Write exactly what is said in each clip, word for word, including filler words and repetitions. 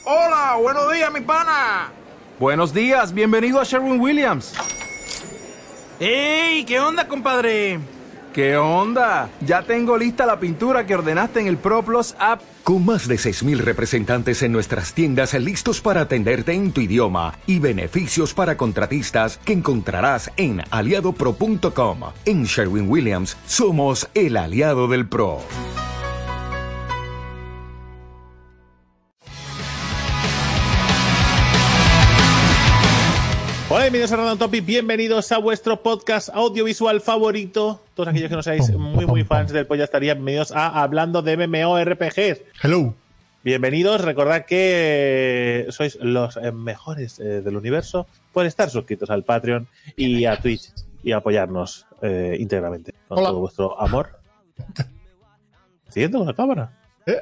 Hola, buenos días, mi pana. Buenos días, bienvenido a Sherwin-Williams. ¡Ey! ¿Qué onda, compadre? ¿Qué onda? Ya tengo lista la pintura que ordenaste en el ProPlus app. Con más de seis mil representantes en nuestras tiendas listos para atenderte en tu idioma y beneficios para contratistas que encontrarás en aliado pro punto com. En Sherwin-Williams somos el aliado del pro. Hola, bienvenidos a Random Topic, bienvenidos a vuestro podcast audiovisual favorito. Todos aquellos que no seáis muy muy fans del pues ya estarían bienvenidos a Hablando de MMORPGs. Hello. Bienvenidos, recordad que sois los mejores eh, del universo por estar suscritos al Patreon y a Twitch y apoyarnos eh, íntegramente con Hola. todo vuestro amor. ¿Siguiendo con la cámara? ¿Eh?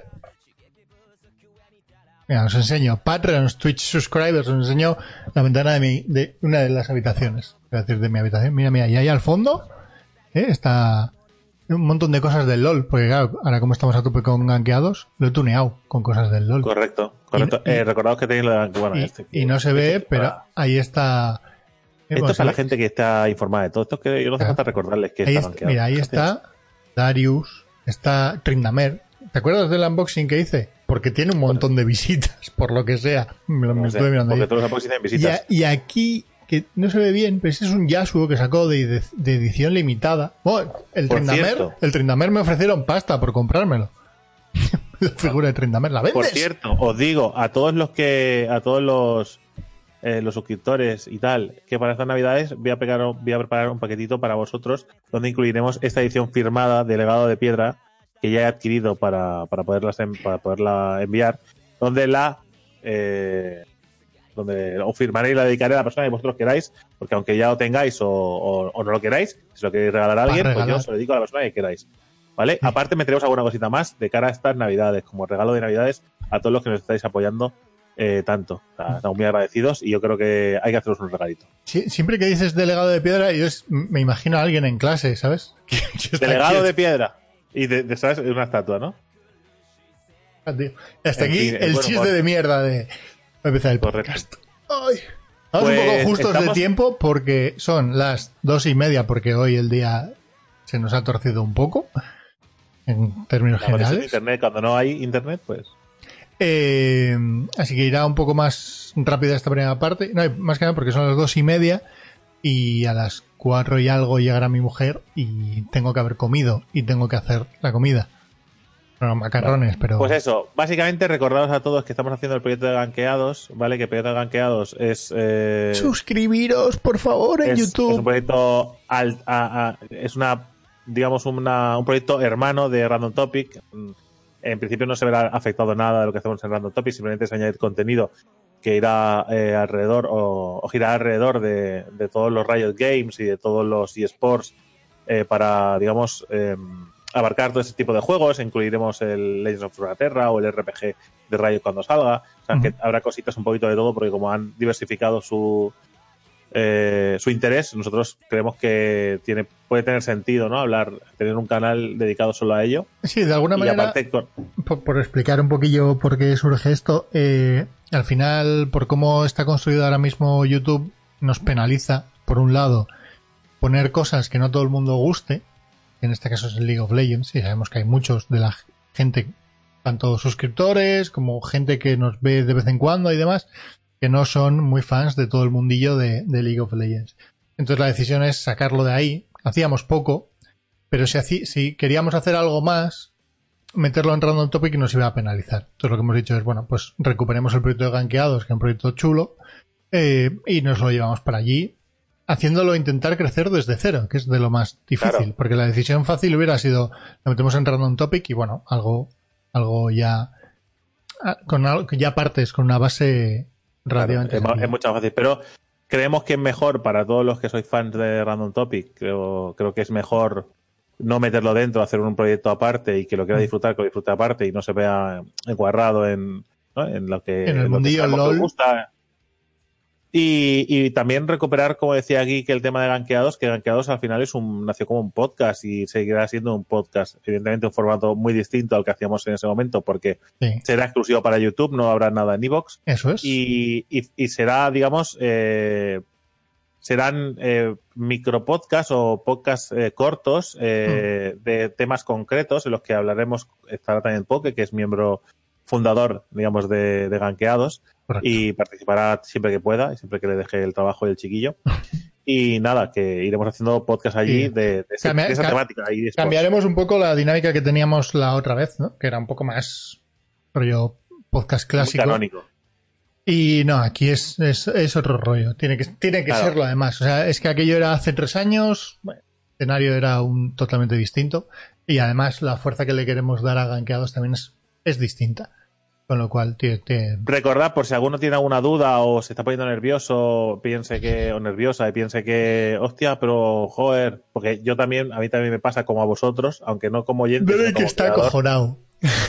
Mira, os enseño Patreons, Twitch subscribers, os enseño la ventana de mi, de una de las habitaciones, es decir, de mi habitación. Mira, mira, y ahí al fondo ¿eh? está un montón de cosas del LOL, porque claro, ahora como estamos a tope con gankeados, lo he tuneado con cosas del LOL. Correcto, correcto. Y, eh, recordad que tenéis la... Bueno, y, este, y no se ve, este, pero para... ahí está... Esto es para la gente que está informada de todo esto, que yo no hace claro. falta recordarles que Ahí está está, rankeado. mira, ahí Gracias. está Darius, está Tryndamere. ¿Te acuerdas del unboxing que hice? Porque tiene un montón de visitas, por lo que sea. Me lo me No estuve sé, mirando porque ahí. todos los unboxings tienen Y, visitas. a- y aquí, que no se ve bien, pero ese es un Yasuo que sacó de, de- de edición limitada. Bueno, el Por Tryndamere, cierto. el Tryndamere me ofrecieron pasta por comprármelo. La figura de Tryndamere, ¿la vendes? Por cierto, os digo a todos los que, a todos los eh, los suscriptores y tal, que para estas navidades voy a, pegar, voy a preparar un paquetito para vosotros donde incluiremos esta edición firmada de Legado de Piedra que ya he adquirido para, para, poderlas, en- para poderla enviar, donde la eh, donde os firmaré y la dedicaré a la persona que vosotros queráis, porque aunque ya lo tengáis o, o, o no lo queráis, si lo queréis regalar a alguien, Para pues yo regalar. os lo dedico a la persona que queráis. ¿Vale? Aparte meteremos alguna cosita más de cara a estas navidades, como regalo de navidades a todos los que nos estáis apoyando eh, tanto. O sea, estamos muy agradecidos y yo creo que hay que haceros un regalito. Sí, siempre que dices delegado de piedra, yo es- me imagino a alguien en clase, ¿sabes? Que- que está Delegado aquí- de piedra. Y de, de, ¿sabes? Una estatua, ¿no? Tío. Hasta En aquí fin, el bueno, chiste pues- de mierda de va a empezar el Correcto. podcast. Ay. Vamos Pues un poco justos de estamos- tiempo porque son las dos y media, porque hoy el día se nos ha torcido un poco en términos Cuando es en generales. internet, cuando no hay internet, pues. Eh, así que irá un poco más rápida esta primera parte. No, más que nada porque son las dos y media y a las cuatro y algo llegará mi mujer y tengo que haber comido y tengo que hacer la comida. Bueno, macarrones, pero... Pues eso, básicamente recordaros a todos que estamos haciendo el proyecto de ganqueados, ¿vale? Que el proyecto de ganqueados es. Eh, Suscribiros, por favor, en es, YouTube. es un proyecto. Al, a- a- es una. Digamos, una, un proyecto hermano de Random Topic. En principio no se verá afectado nada de lo que hacemos en Random Topic, simplemente es añadir contenido que irá eh, alrededor o, o girará alrededor de, de todos los Riot Games y de todos los eSports eh, para, digamos, eh, abarcar todo ese tipo de juegos. Incluiremos el Legends of Runeterra o el R P G de Riot cuando salga. O sea, Ujú. que habrá cositas un poquito de todo porque como han diversificado su eh, su interés, nosotros creemos que tiene puede tener sentido, ¿no? Hablar, tener un canal dedicado solo a ello. Sí, de alguna Y manera, aparte con- por, por explicar un poquillo por qué surge esto, eh, al final, por cómo está construido ahora mismo YouTube, nos penaliza, por un lado, poner cosas que no todo el mundo guste, que en este caso es el League of Legends, y sabemos que hay muchos de la gente, tanto suscriptores como gente que nos ve de vez en cuando y demás, que no son muy fans de todo el mundillo de, de League of Legends. Entonces la decisión es sacarlo de ahí. Hacíamos poco, pero si, hací- si queríamos hacer algo más, meterlo en Random Topic nos iba a penalizar. Entonces lo que hemos dicho es, bueno, pues recuperemos el proyecto de gankeados, que es un proyecto chulo, eh, y nos lo llevamos para allí, haciéndolo intentar crecer desde cero, que es de lo más difícil, Claro. porque la decisión fácil hubiera sido, lo metemos en Random Topic y bueno, algo, algo ya, ah, con algo, ya partes con una base relativamente Claro, es, sencilla. es mucho más fácil, pero creemos que es mejor para todos los que sois fans de Random Topic. Creo, creo que es mejor no meterlo dentro, hacer un proyecto aparte y que lo quiera disfrutar, que lo disfrute aparte y no se vea encuadrado en, ¿no? en lo que, En el lo que mundillo sabemos que os LOL. gusta. Y, y también recuperar, como decía aquí, que el tema de Gankeados, que Gankeados al final es un, nació como un podcast y seguirá siendo un podcast. Evidentemente un formato muy distinto al que hacíamos en ese momento, porque sí. será exclusivo para YouTube, no habrá nada en iVoox. Eso es. Y, y, y será, digamos, eh, serán eh, micropodcasts o podcasts eh, cortos eh, mm. de temas concretos en los que hablaremos. Estará también Poke, que es miembro fundador, digamos, de, de Gankeados. Correcto. Y participará siempre que pueda y siempre que le deje el trabajo del chiquillo. Y nada, que iremos haciendo podcast allí sí. de, de, ese, Cambia, de esa temática. Y cambiaremos un poco la dinámica que teníamos la otra vez, ¿no? Que era un poco más rollo podcast clásico. Muy canónico. Y no, aquí es, es, es otro rollo. Tiene que, tiene que claro. serlo además. O sea, es que aquello era hace tres años, bueno, el escenario era un totalmente distinto. Y además la fuerza que le queremos dar a Gankeados también es, es distinta. Con lo cual, te, te... recordad, por si alguno tiene alguna duda o se está poniendo nervioso, piense que, o nerviosa, y piense que, hostia, pero, joder, porque yo también, a mí también me pasa como a vosotros, aunque no como oyente. Debe que está creador. Acojonado.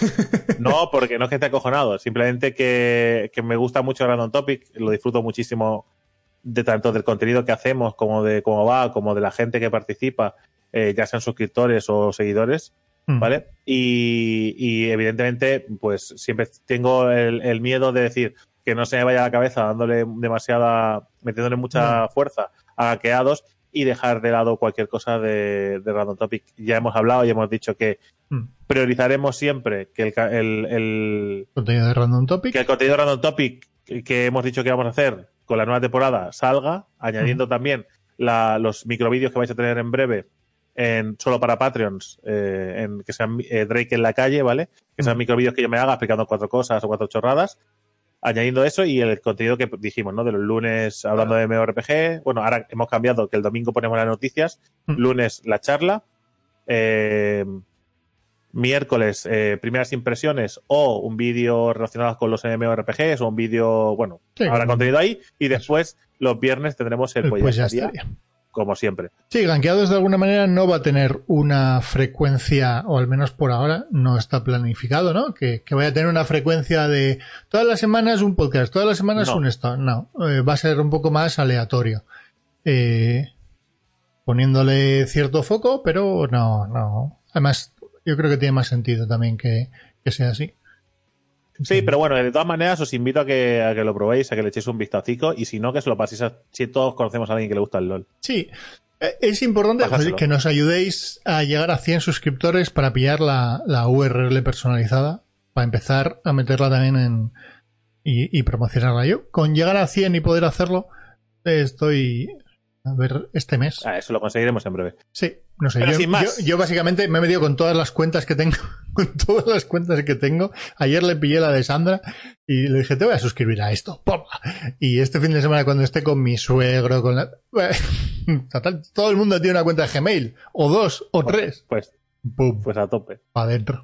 No, porque no es que esté acojonado, simplemente que, que me gusta mucho Random Topic, lo disfruto muchísimo de tanto del contenido que hacemos, como de cómo va, como de la gente que participa, eh, ya sean suscriptores o seguidores. ¿Vale? Y, y evidentemente, pues siempre tengo el, el miedo de decir que no se me vaya a la cabeza dándole demasiada, metiéndole mucha no. fuerza a Gankeados y dejar de lado cualquier cosa de, de Random Topic. Ya hemos hablado y hemos dicho que mm. priorizaremos siempre que el, el, el contenido de Random Topic, que el contenido de Random Topic que hemos dicho que vamos a hacer con la nueva temporada salga, añadiendo mm. también la, los microvídeos que vais a tener en breve. En, solo para Patreons, eh, en, que sean eh, Drake en la calle, ¿vale? Que sean mm. microvídeos que yo me haga explicando cuatro cosas o cuatro chorradas, añadiendo eso y el contenido que dijimos, ¿no? De los lunes hablando de MMORPG. Bueno, ahora hemos cambiado, que el domingo ponemos las noticias, mm. lunes la charla, eh, miércoles eh, primeras impresiones o un vídeo relacionado con los MMORPGs o un vídeo, bueno, sí, habrá bueno. contenido ahí y después eso. Los viernes tendremos el, el pues ya estaría. Como siempre. Sí, Gankeados de alguna manera no va a tener una frecuencia, o al menos por ahora no está planificado, ¿no? Que, que vaya a tener una frecuencia de todas las semanas un podcast, todas las semanas no. un esto. No, eh, va a ser un poco más aleatorio. Eh, poniéndole cierto foco, pero no, no. Además, yo creo que tiene más sentido también que, que sea así. Sí, sí, pero bueno, de todas maneras os invito a que, a que lo probéis, a que le echéis un vistacico y si no, que se lo paséis a... Si todos conocemos a alguien que le gusta el LoL. Sí, es importante Pájaselo. que nos ayudéis a llegar a cien suscriptores para pillar la, la U R L personalizada, para empezar a meterla también en y, y promocionarla yo. Con llegar a cien y poder hacerlo, estoy... A ver, este mes. Ah, eso lo conseguiremos en breve. Sí, no sé. Pero yo, sin más. Yo, yo básicamente me he metido con todas las cuentas que tengo. Con todas las cuentas que tengo. Ayer le pillé la de Sandra y le dije, te voy a suscribir a esto. ¡Pum! Y este fin de semana cuando esté con mi suegro, con la... Total, todo el mundo tiene una cuenta de Gmail. O dos, o pues, tres. Pues, ¡pum! Pues a tope. Para adentro.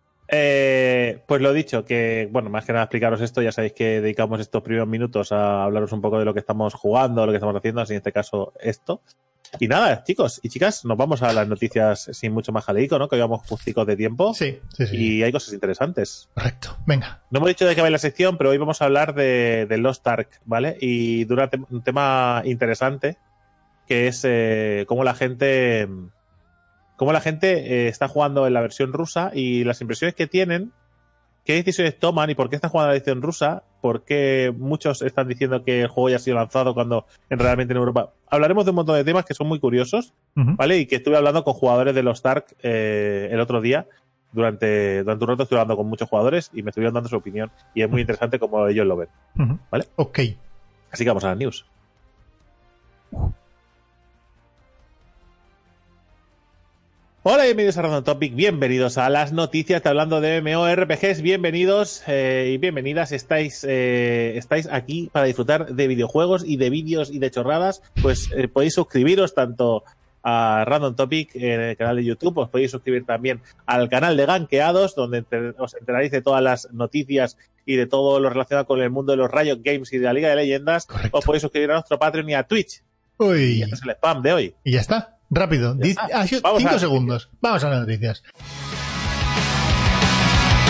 Eh, pues lo dicho, que bueno, más que nada explicaros esto, ya sabéis que dedicamos estos primeros minutos a hablaros un poco de lo que estamos jugando, lo que estamos haciendo, así en este caso esto. Y nada, chicos y chicas, nos vamos a las noticias sin mucho más jaleico, ¿no? Que llevamos justicos de tiempo. Sí, sí, sí. Y hay cosas interesantes. Correcto, venga. No hemos dicho de qué va la sección, pero hoy vamos a hablar de, de Lost Ark, ¿vale? Y de un tema interesante, que es eh, cómo la gente... cómo la gente eh, está jugando en la versión rusa y las impresiones que tienen, qué decisiones toman y por qué están jugando en la edición rusa, por qué muchos están diciendo que el juego ya ha sido lanzado cuando en realmente en Europa. Hablaremos de un montón de temas que son muy curiosos, uh-huh. ¿vale? Y que estuve hablando con jugadores de Lost Ark eh, el otro día. Durante, durante un rato estuve hablando con muchos jugadores y me estuvieron dando su opinión y es muy interesante cómo ellos lo ven, uh-huh. ¿vale? Ok. Así que vamos a las news. Hola, bienvenidos a Random Topic, bienvenidos a las noticias de hablando de MMORPGs, bienvenidos eh, y bienvenidas, estáis eh, estáis aquí para disfrutar de videojuegos y de vídeos y de chorradas, pues eh, podéis suscribiros tanto a Random Topic en el canal de YouTube, os podéis suscribir también al canal de Gankeados, donde enter- os enteraréis de todas las noticias y de todo lo relacionado con el mundo de los Riot Games y de la Liga de Leyendas. Correcto. Os podéis suscribir a nuestro Patreon y a Twitch. Uy. Y este es el spam de hoy. Y ya está. Rápido, Diz, ah, cinco segundos. Vamos a las noticias.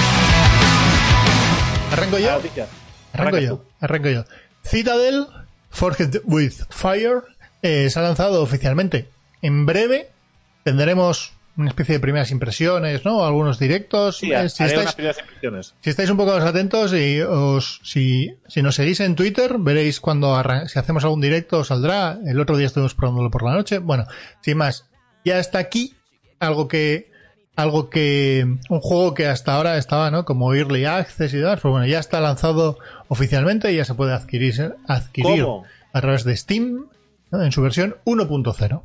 ¿Arranco yo? Noticias. Arranco yo, arranco yo. Citadel Forged with Fire eh, se ha lanzado oficialmente. En breve tendremos una especie de primeras impresiones, ¿no? Algunos directos. Sí, eh, si, haré estáis, unas primeras impresiones. si estáis un poco más atentos y os, si, si nos seguís en Twitter, veréis cuando arran- si hacemos algún directo saldrá. El otro día estuvimos probándolo por la noche. Bueno, sin más, ya está aquí algo que algo que un juego que hasta ahora estaba, ¿no? Como Early Access y demás, pues bueno, ya está lanzado oficialmente y ya se puede adquirir adquirir ¿Cómo? a través de Steam, ¿no? En su versión uno punto cero.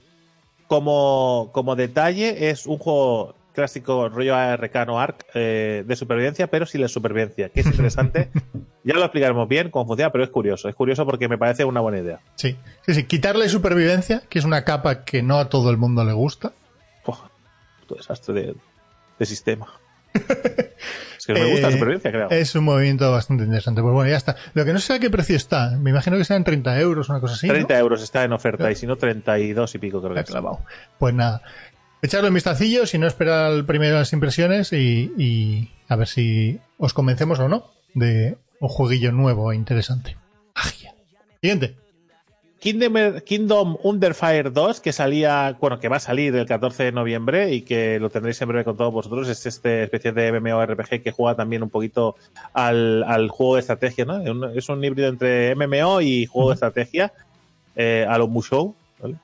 Como, como detalle, es un juego clásico rollo A R K no Ark eh, de supervivencia, pero sin la supervivencia, que es interesante. Ya lo explicaremos bien cómo funciona, pero es curioso. Es curioso porque me parece una buena idea. Sí, sí, sí. Quitarle supervivencia, que es una capa que no a todo el mundo le gusta. Uf, puto desastre de, de sistema. Es que no me gusta la Eh, supervivencia, creo. Es un movimiento bastante interesante. Pues bueno, ya está. Lo que no sé a qué precio está. Me imagino que sean treinta euros, una cosa así, ¿no? treinta euros está en oferta, y si no, treinta y dos y pico creo que La es. clavado. Pues nada, echarle un vistacillo, si no esperar al primero las impresiones y, y a ver si os convencemos o no de un jueguillo nuevo e interesante. Magia. Siguiente. Kingdom, Kingdom Under Fire dos, que salía, bueno, que va a salir el catorce de noviembre y que lo tendréis en breve con todos vosotros, es este especie de MMORPG que juega también un poquito al, al juego de estrategia, ¿no? Es un, es un híbrido entre M M O y juego de estrategia, eh, a lo Musou, ¿vale?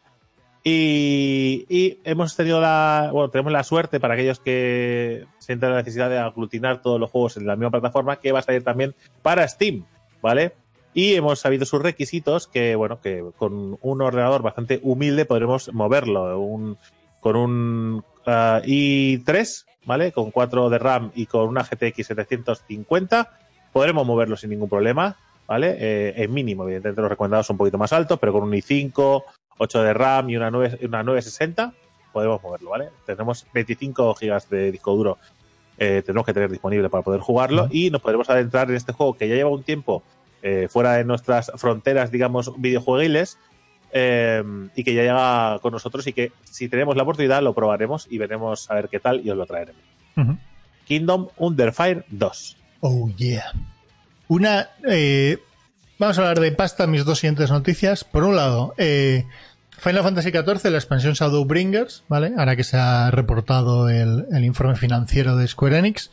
Y, y hemos tenido la, bueno, tenemos la suerte para aquellos que sientan la necesidad de aglutinar todos los juegos en la misma plataforma, que va a salir también para Steam, ¿vale? Y hemos sabido sus requisitos, que bueno, que con un ordenador bastante humilde podremos moverlo, un, con un uh, i tres, ¿vale? Con cuatro de RAM y con una G T X setecientos cincuenta, podremos moverlo sin ningún problema, ¿vale? Eh, en mínimo, evidentemente los recomendados son un poquito más altos, pero con un i cinco, ocho de RAM y una, nueve, una nueve sesenta podemos moverlo, ¿vale? Tenemos veinticinco gigas de disco duro, eh, tenemos que tener disponible para poder jugarlo, y nos podremos adentrar en este juego que ya lleva un tiempo Eh, fuera de nuestras fronteras, digamos, videojueguiles, eh, y que ya llega con nosotros, y que si tenemos la oportunidad lo probaremos y veremos a ver qué tal y os lo traeremos. Uh-huh. Kingdom Under Fire dos. Oh, yeah. Una... Eh, vamos a hablar de pasta, mis dos siguientes noticias. Por un lado, eh, Final Fantasy catorce, la expansión Shadowbringers, ¿vale? Ahora que se ha reportado el, el informe financiero de Square Enix,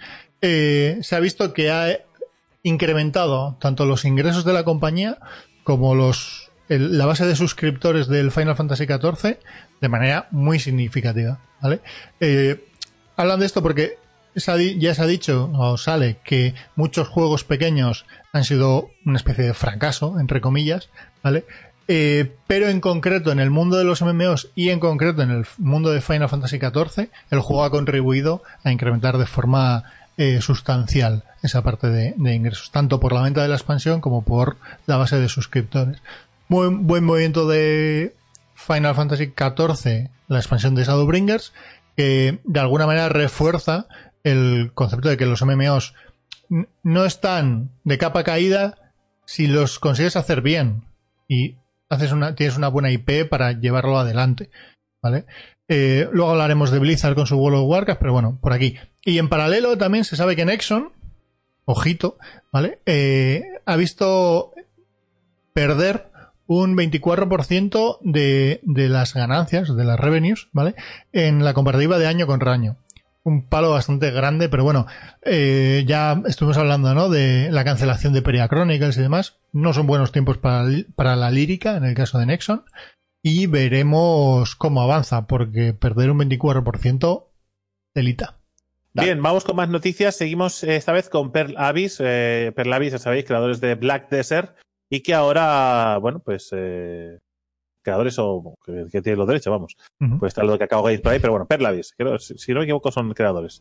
eh, se ha visto que ha incrementado tanto los ingresos de la compañía como los el, la base de suscriptores del Final Fantasy catorce de manera muy significativa, ¿vale? Eh, hablan de esto porque se ha, ya se ha dicho o sale que muchos juegos pequeños han sido una especie de fracaso, entre comillas, ¿vale? Eh, pero en concreto en el mundo de los M M Os y en concreto en el mundo de Final Fantasy catorce, el juego ha contribuido a incrementar de forma Eh, sustancial esa parte de, de ingresos, tanto por la venta de la expansión como por la base de suscriptores. Muy buen movimiento de Final Fantasy catorce, la expansión de Shadowbringers, que de alguna manera refuerza el concepto de que los M M Os no están de capa caída si los consigues hacer bien y haces una, tienes una buena I P para llevarlo adelante, ¿vale? Eh, luego hablaremos de Blizzard con su World of Warcraft, pero bueno, por aquí. Y en paralelo también se sabe que Nexon, ojito, ¿vale? Eh, ha visto perder un veinticuatro por ciento de, de las ganancias, de las revenues, ¿vale? En la comparativa de año con año. Un palo bastante grande, pero bueno, eh, ya estuvimos hablando, ¿no? De la cancelación de Peria Chronicles y demás. No son buenos tiempos para, para la lírica, en el caso de Nexon. Y veremos cómo avanza, porque perder un veinticuatro por ciento, delita. Dale. Bien, vamos con más noticias. Seguimos eh, esta vez con Pearl Abyss. Eh, Pearl Abyss, ya sabéis, creadores de Black Desert, y que ahora, bueno, pues eh, creadores o que, que tienen los derechos, vamos. Uh-huh. Pues está lo que acabo de ir por ahí, pero bueno, Pearl Abyss, creo, si, si no me equivoco, son creadores.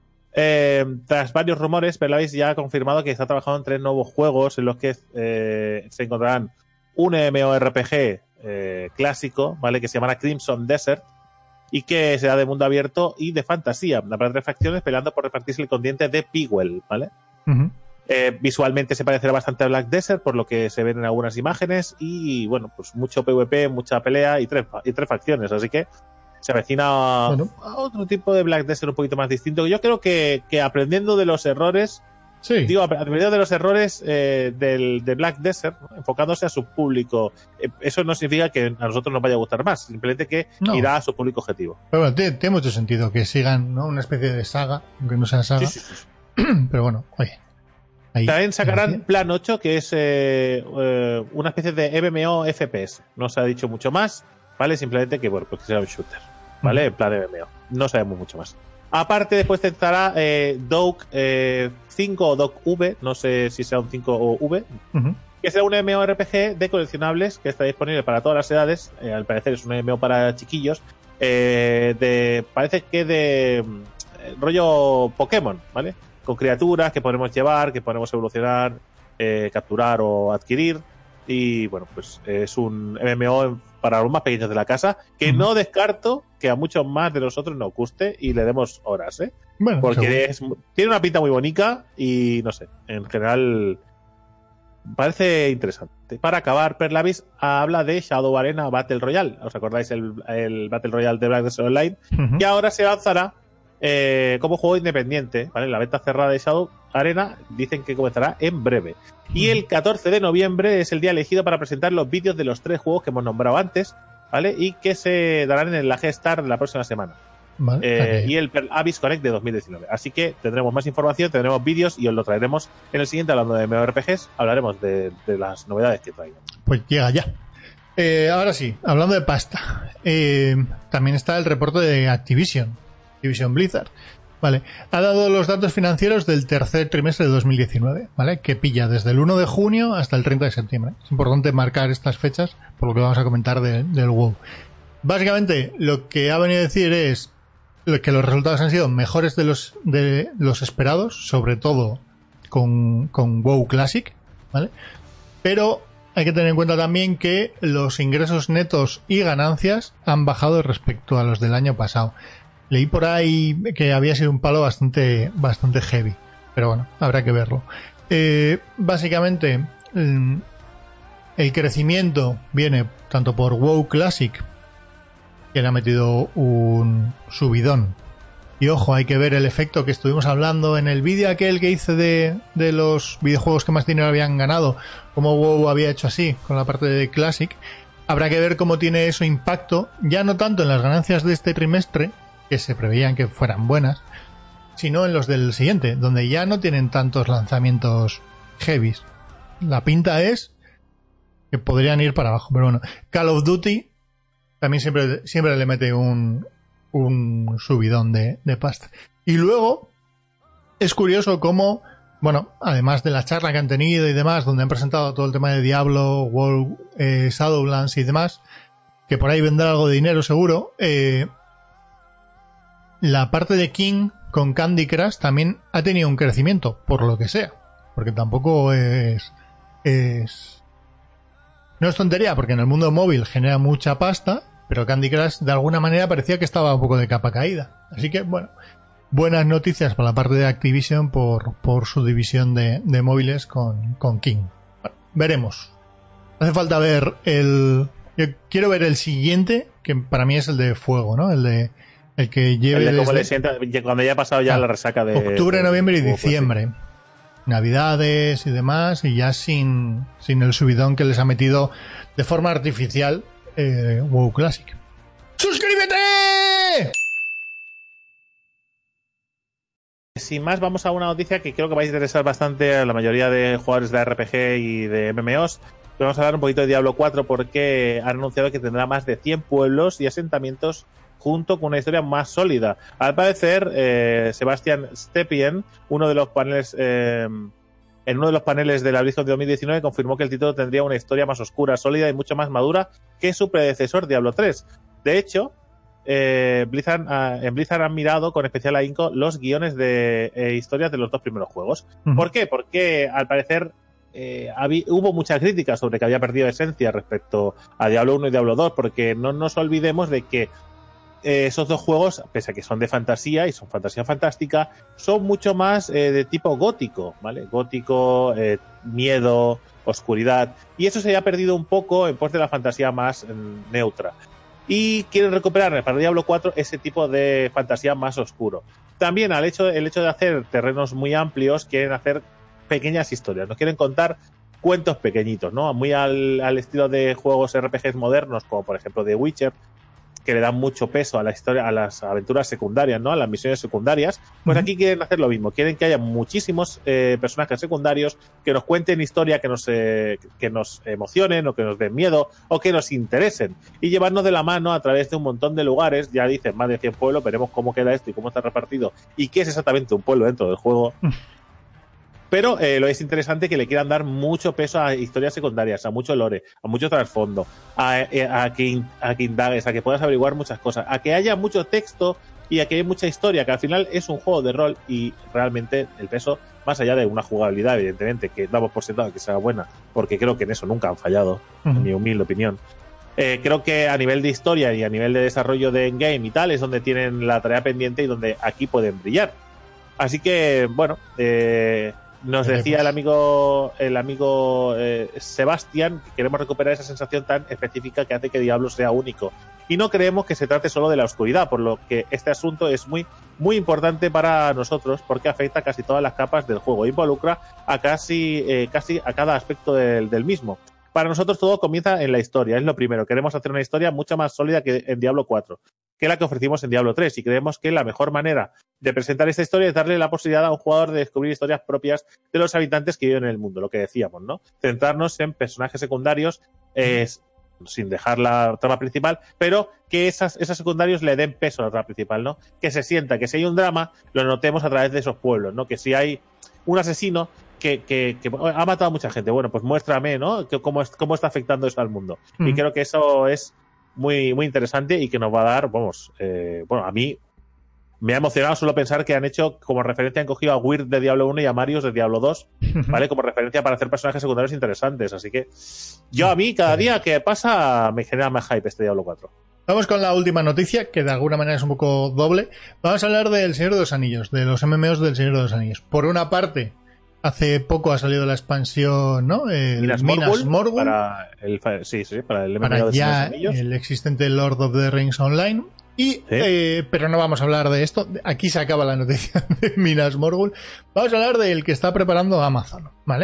Eh, tras varios rumores, Pearl Abyss ya ha confirmado que está trabajando en tres nuevos juegos en los que eh, se encontrarán un MMORPG eh, clásico, ¿vale? Que se llamará Crimson Desert, y que será de mundo abierto y de fantasía. Habrá tres facciones peleando por repartirse el continente de Pigwell, ¿vale? Uh-huh. Eh, visualmente se parecerá bastante a Black Desert, por lo que se ven en algunas imágenes, y bueno, pues mucho PvP, mucha pelea y tres, y tres facciones, así que se avecina bueno. a otro tipo de Black Desert un poquito más distinto. Yo creo que, que aprendiendo de los errores Sí. Digo, aprendido de los errores eh, del, de Black Desert, ¿no? Enfocándose a su público. Eh, eso no significa que a nosotros nos vaya a gustar más, simplemente que No. irá a su público objetivo. Pero bueno, tiene, tiene mucho sentido que sigan, ¿no? Una especie de saga, aunque no sea saga. Sí, sí, sí. Pero bueno, oye. Ahí, También sacarán gracias. Plan ocho, que es eh, eh, una especie de M M O F P S. No se ha dicho mucho más, ¿vale? Simplemente que, bueno, pues que sea un shooter, ¿vale? En plan M M O. No sabemos mucho más. Aparte, después estará eh, Doke eh, cinco o Doke V, no sé si sea un cinco o V, Ujú. que será un MMORPG de coleccionables que está disponible para todas las edades. Eh, al parecer es un M M O para chiquillos. Eh, de, parece que de eh, rollo Pokémon, ¿vale? Con criaturas que podemos llevar, que podemos evolucionar, eh, capturar o adquirir. Y bueno, pues es un M M O para los más pequeños de la casa, que Ujú. no descarto que a muchos más de nosotros nos guste y le demos horas, ¿eh? Bueno, Porque seguro. es, tiene una pinta muy bonita y no sé, en general parece interesante. Para acabar, Perlavis habla de Shadow Arena Battle Royale. ¿Os acordáis el, el Battle Royale de Black Desert Online? Ujú. Que ahora se lanzará eh, como juego independiente, ¿vale? La venta cerrada de Shadow Arena dicen que comenzará en breve. Y el catorce de noviembre es el día elegido para presentar los vídeos de los tres juegos que hemos nombrado antes, ¿vale? Y que se darán en la G-Star de la próxima semana. Vale, o sea Eh, que- y el Pearl Abyss Connect de dos mil diecinueve. Así que tendremos más información, tendremos vídeos y os lo traeremos en el siguiente hablando de MMORPGs. Hablaremos de, de las novedades que traigan. Pues llega ya. Eh, ahora sí, hablando de pasta, eh, también está el reporte de Activision, Activision Blizzard. Vale, ha dado los datos financieros del tercer trimestre de dos mil diecinueve, ¿vale? Que pilla desde el uno de junio hasta el treinta de septiembre. Es importante marcar estas fechas por lo que vamos a comentar de- del WoW. Básicamente, lo que ha venido a decir es que los resultados han sido mejores de los, de los esperados, sobre todo con, con WoW Classic, ¿vale? Pero hay que tener en cuenta también que los ingresos netos y ganancias han bajado respecto a los del año pasado. Leí por ahí que había sido un palo bastante, bastante heavy, pero bueno, habrá que verlo. Eh, básicamente, mm, el crecimiento viene tanto por WoW Classic, que le ha metido un subidón. Y ojo, hay que ver el efecto que estuvimos hablando en el vídeo aquel que hice de, de los videojuegos que más dinero habían ganado, como WoW había hecho así con la parte de Classic. Habrá que ver cómo tiene eso impacto, ya no tanto en las ganancias de este trimestre, que se preveían que fueran buenas, sino en los del siguiente, donde ya no tienen tantos lanzamientos heavies. La pinta es que podrían ir para abajo, pero bueno, Call of Duty también siempre, siempre le mete un, un subidón de, de pasta. Y luego es curioso cómo, bueno, además de la charla que han tenido y demás, donde han presentado todo el tema de Diablo, World, eh, Shadowlands y demás, que por ahí vendrá algo de dinero seguro, eh, la parte de King con Candy Crush también ha tenido un crecimiento, por lo que sea, porque tampoco es, es no es tontería, porque en el mundo móvil genera mucha pasta, pero Candy Crush de alguna manera parecía que estaba un poco de capa caída. Así que, bueno, buenas noticias para la parte de Activision por, por su división de, de móviles con, con King. Bueno, veremos. Hace falta ver el... Yo quiero ver el siguiente, que para mí es el de fuego, ¿no? El de el que lleve El de cómo desde le sienta, cuando ya ha pasado ya Ah, la resaca de octubre, de- noviembre y de- pues, diciembre. Navidades y demás, y ya sin, sin el subidón que les ha metido de forma artificial eh, WoW Classic. ¡Suscríbete! Sin más, vamos a una noticia que creo que va a interesar bastante a la mayoría de jugadores de R P G y de M M Os. Vamos a hablar un poquito de Diablo cuatro porque han anunciado que tendrá más de cien pueblos y asentamientos junto con una historia más sólida. Al parecer, eh, Sebastian Stepien, uno de los paneles, eh, en uno de los paneles de la BlizzCon de dos mil diecinueve, confirmó que el título tendría una historia más oscura, sólida y mucho más madura que su predecesor Diablo tres. De hecho, eh, Blizzard, ah, en Blizzard han mirado con especial ahínco los guiones de eh, historias de los dos primeros juegos. Ujú. ¿Por qué? Porque al parecer eh, habí- hubo mucha crítica sobre que había perdido esencia respecto a Diablo uno y Diablo dos, porque no nos olvidemos de que eh, esos dos juegos, pese a que son de fantasía y son fantasía fantástica, son mucho más eh, de tipo gótico, ¿vale? Gótico, eh, miedo, oscuridad, y eso se ha perdido un poco en pos de la fantasía más mm, neutra. Y quieren recuperar para Diablo cuatro ese tipo de fantasía más oscuro. También al hecho, el hecho de hacer terrenos muy amplios, quieren hacer pequeñas historias, nos quieren contar cuentos pequeñitos, ¿no? Muy al, al estilo de juegos R P Gs modernos, como por ejemplo The Witcher, que le dan mucho peso a la historia, a las aventuras secundarias, ¿no? A las misiones secundarias. Pues aquí quieren hacer lo mismo. Quieren que haya muchísimos eh, personajes secundarios que nos cuenten historia, que nos, eh, que nos emocionen o que nos den miedo o que nos interesen y llevarnos de la mano a través de un montón de lugares. Ya dicen más de cien pueblos, veremos cómo queda esto y cómo está repartido y qué es exactamente un pueblo dentro del juego. Pero eh, lo es interesante que le quieran dar mucho peso a historias secundarias, a mucho lore, a mucho trasfondo, a, a, a, que, a que indagues, a que puedas averiguar muchas cosas, a que haya mucho texto y a que haya mucha historia, que al final es un juego de rol y realmente el peso, más allá de una jugabilidad, evidentemente, que damos por sentado que sea buena, porque creo que en eso nunca han fallado, uh-huh. en mi humilde opinión. Eh, creo que a nivel de historia y a nivel de desarrollo de endgame y tal, es donde tienen la tarea pendiente y donde aquí pueden brillar. Así que, bueno, eh... nos decía el amigo el amigo eh, Sebastián que queremos recuperar esa sensación tan específica que hace que Diablo sea único. Y no creemos que se trate solo de la oscuridad, por lo que este asunto es muy, muy importante para nosotros porque afecta a casi todas las capas del juego. Involucra a casi, eh, casi a cada aspecto del, del mismo. Para nosotros todo comienza en la historia, es lo primero. Queremos hacer una historia mucho más sólida que en Diablo cuatro, que la que ofrecimos en Diablo tres, y creemos que la mejor manera de presentar esta historia es darle la posibilidad a un jugador de descubrir historias propias de los habitantes que viven en el mundo, lo que decíamos, ¿no? Centrarnos en personajes secundarios, eh, sin dejar la trama principal, pero que esas, esos secundarios le den peso a la trama principal, ¿no? Que se sienta, que si hay un drama, lo notemos a través de esos pueblos, ¿no? Que si hay un asesino que, que, que ha matado a mucha gente, bueno, pues muéstrame, ¿no? Que cómo, cómo está afectando eso al mundo. Mm. Y creo que eso es muy, muy interesante y que nos va a dar, vamos, eh, bueno, a mí me ha emocionado solo pensar que han hecho como referencia, han cogido a Weird de Diablo uno y a Marius de Diablo dos, ¿vale? Como referencia para hacer personajes secundarios interesantes. Así que yo a mí, cada día que pasa, me genera más hype este Diablo cuatro. Vamos con la última noticia, que de alguna manera es un poco doble. Vamos a hablar del Señor de los Anillos, de los M M Os del Señor de los Anillos. Por una parte, hace poco ha salido la expansión, ¿no? El Minas Minas Morgul. Para el, sí, sí, para el M M O para de ya los Anillos. El existente Lord of the Rings Online. Y, ¿sí? eh, pero no vamos a hablar de esto. Aquí se acaba la noticia de Minas Morgul. Vamos a hablar del que está preparando Amazon, ¿vale?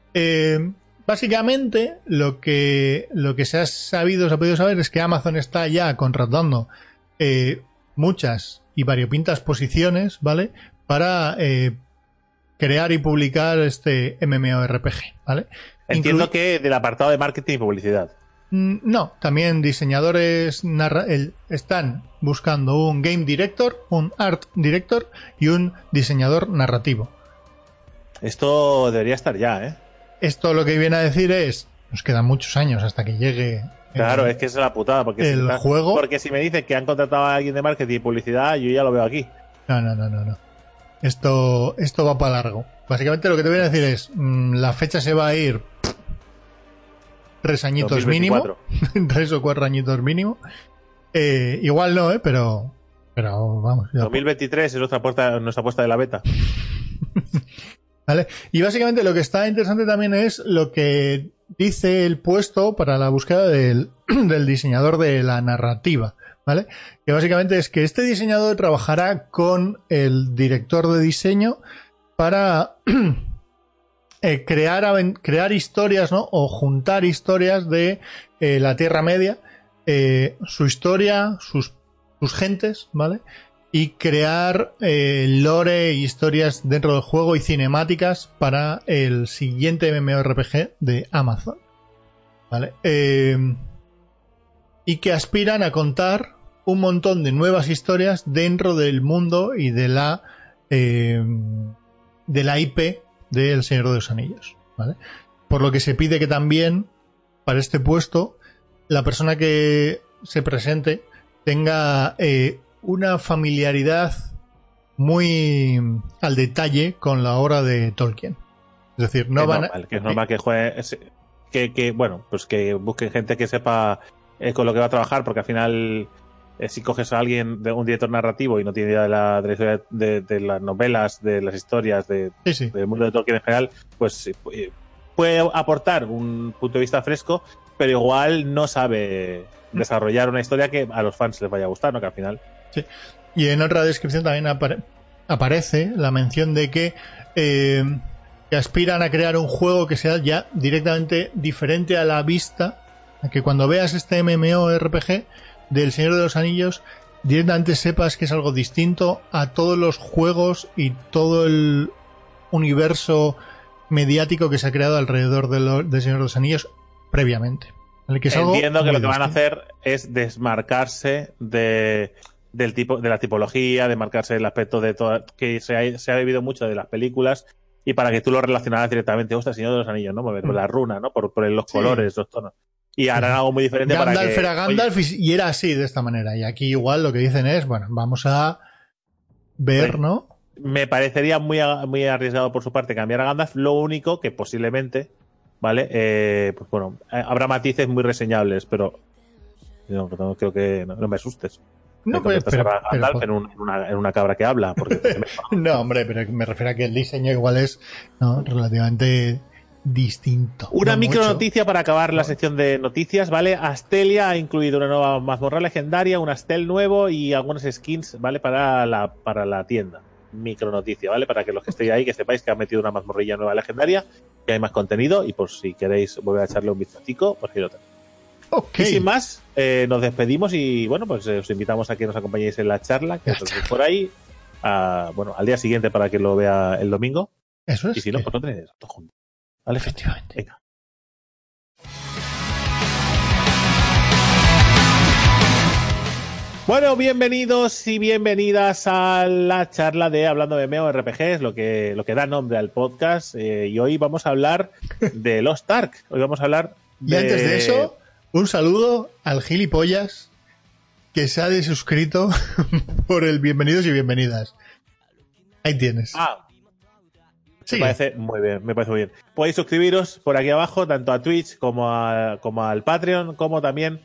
Eh, básicamente, lo que, lo que se ha sabido, se ha podido saber es que Amazon está ya contratando eh, muchas y variopintas posiciones, ¿vale? Para eh, crear y publicar este MMORPG, ¿vale? Entiendo Inclu- que del apartado de marketing y publicidad. No, también diseñadores narra- el, están buscando un game director, un art director y un diseñador narrativo. Esto debería estar ya, ¿eh? Esto lo que viene a decir es, nos quedan muchos años hasta que llegue el, claro, es que es la putada, porque el si está, juego. Porque si me dice que han contratado a alguien de marketing y publicidad, yo ya lo veo aquí. No, no, no, no, no. Esto, esto va para largo. Básicamente lo que te voy a decir es, mmm, la fecha se va a ir tres añitos dos mil veinticuatro. Mínimo, tres o cuatro añitos mínimo. Eh, igual no, ¿eh? Pero, pero vamos. dos mil veintitrés es nuestra apuesta, nuestra apuesta de la beta. Vale. Y básicamente lo que está interesante también es lo que dice el puesto para la búsqueda del, del diseñador de la narrativa, ¿vale? Que básicamente es que este diseñador trabajará con el director de diseño para Eh, crear, crear historias, ¿no? O juntar historias de eh, la Tierra Media, eh, su historia, sus, sus gentes, ¿vale? Y crear eh, lore e historias dentro del juego y cinemáticas para el siguiente MMORPG de Amazon, ¿vale? Eh, y que aspiran a contar un montón de nuevas historias dentro del mundo y de la eh, de la I P del Señor de los Anillos, ¿vale? Por lo que se pide que también para este puesto la persona que se presente tenga eh, una familiaridad muy al detalle con la obra de Tolkien. Es decir, no es van normal, a... que es normal que juegue, que, que bueno, pues que busquen gente que sepa eh, con lo que va a trabajar, porque al final eh, si coges a alguien de un director narrativo y no tiene idea de la, de, la historia, de, de las novelas, de las historias, de, sí, sí. del mundo de Tolkien en general, pues eh, puede aportar un punto de vista fresco, pero igual no sabe desarrollar una historia que a los fans les vaya a gustar, ¿no? Que al final... Sí. Y en otra descripción también apare- aparece la mención de que eh, que aspiran a crear un juego que sea ya directamente diferente a la vista, a que cuando veas este MMORPG del Señor de los Anillos directamente sepas que es algo distinto a todos los juegos y todo el universo mediático que se ha creado alrededor de lo, del Señor de los Anillos previamente. ¿Vale? Que es Entiendo algo que lo que distinto. van a hacer es desmarcarse de, del tipo, de la tipología, desmarcarse del aspecto de todo, que se ha, se ha bebido mucho de las películas, y para que tú lo relacionaras directamente, ostras, Señor de los Anillos, ¿no? Por la runa, ¿no? Por, por los Sí. colores, los tonos. Y harán algo muy diferente Gandalf para que... era Gandalf oye, y era así, de esta manera. Y aquí igual lo que dicen es, bueno, vamos a ver, Oye, ¿no? me parecería muy, muy arriesgado por su parte cambiar a Gandalf. Lo único que posiblemente, ¿vale? Eh, pues bueno, habrá matices muy reseñables, pero no, no creo que no, no me asustes. No, Me pero, conviertas pero- a Gandalf pero- en, un- en una, en una cabra que habla. Porque no, hombre, pero me refiero a que el diseño igual es, ¿no? relativamente distinto. Una No micro mucho. noticia para acabar la sección de noticias, ¿vale? Astelia ha incluido una nueva mazmorra legendaria, un Astel nuevo y algunas skins, ¿vale? Para la, para la tienda. Micro noticia, ¿vale? Para que los que estéis ahí, que sepáis que han metido una mazmorrilla nueva legendaria, que hay más contenido y por si queréis volver a echarle un vistacico, pues ahí lo tenéis. Ok. Y sin más, eh, nos despedimos y bueno, pues eh, os invitamos a que nos acompañéis en la charla, que La os charla. por ahí, a, bueno, al día siguiente para que lo vea el domingo. Eso es. Y si no, que- pues no tenéis todo junto. ¿Vale? Efectivamente. Venga. Bueno, bienvenidos y bienvenidas a la charla de Hablando de MMORPGs, lo que, lo que da nombre al podcast. Eh, y hoy vamos a hablar de Lost Ark. Hoy vamos a hablar Y de... antes de eso, un saludo al gilipollas que se ha desuscrito por el bienvenidos y bienvenidas. Ahí tienes. Ah, Sí. me parece muy bien, me parece muy bien. Podéis suscribiros por aquí abajo, tanto a Twitch como, a, como al Patreon, como también,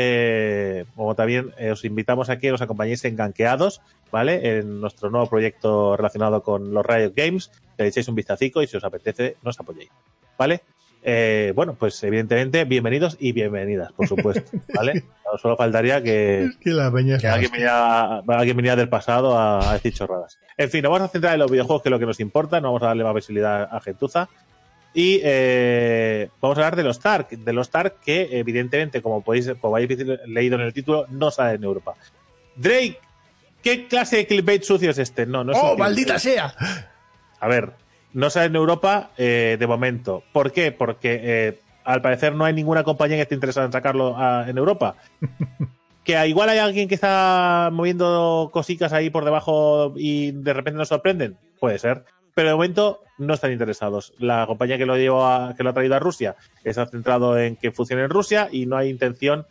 eh, como también eh, os invitamos a que os acompañéis en Gankeados, ¿vale? En nuestro nuevo proyecto relacionado con los Riot Games, que le echéis un vistacico y si os apetece, nos apoyéis, ¿vale? Eh, bueno, pues evidentemente, bienvenidos y bienvenidas, por supuesto, ¿vale? Solo faltaría que, Es que la peña es que la alguien hostia. venía, alguien venía del pasado a, a decir chorradas. En fin, nos vamos a centrar en los videojuegos, que es lo que nos importa. No vamos a darle más visibilidad a Gentuza. Y eh, vamos a hablar de los Ark. De los Ark que, evidentemente, como podéis, como habéis leído en el título, no sale en Europa. Drake, ¿qué clase de clickbait sucio es este? No, no es un ¡Oh, clickbait. maldita sea! A ver, no sale en Europa eh, de momento. ¿Por qué? Porque eh, al parecer no hay ninguna compañía que esté interesada en sacarlo a, en Europa. Que a igual hay alguien que está moviendo cositas ahí por debajo y de repente nos sorprenden. Puede ser. Pero de momento no están interesados. La compañía que lo lleva, que lo ha traído a Rusia está centrado en que funcione en Rusia y no hay intención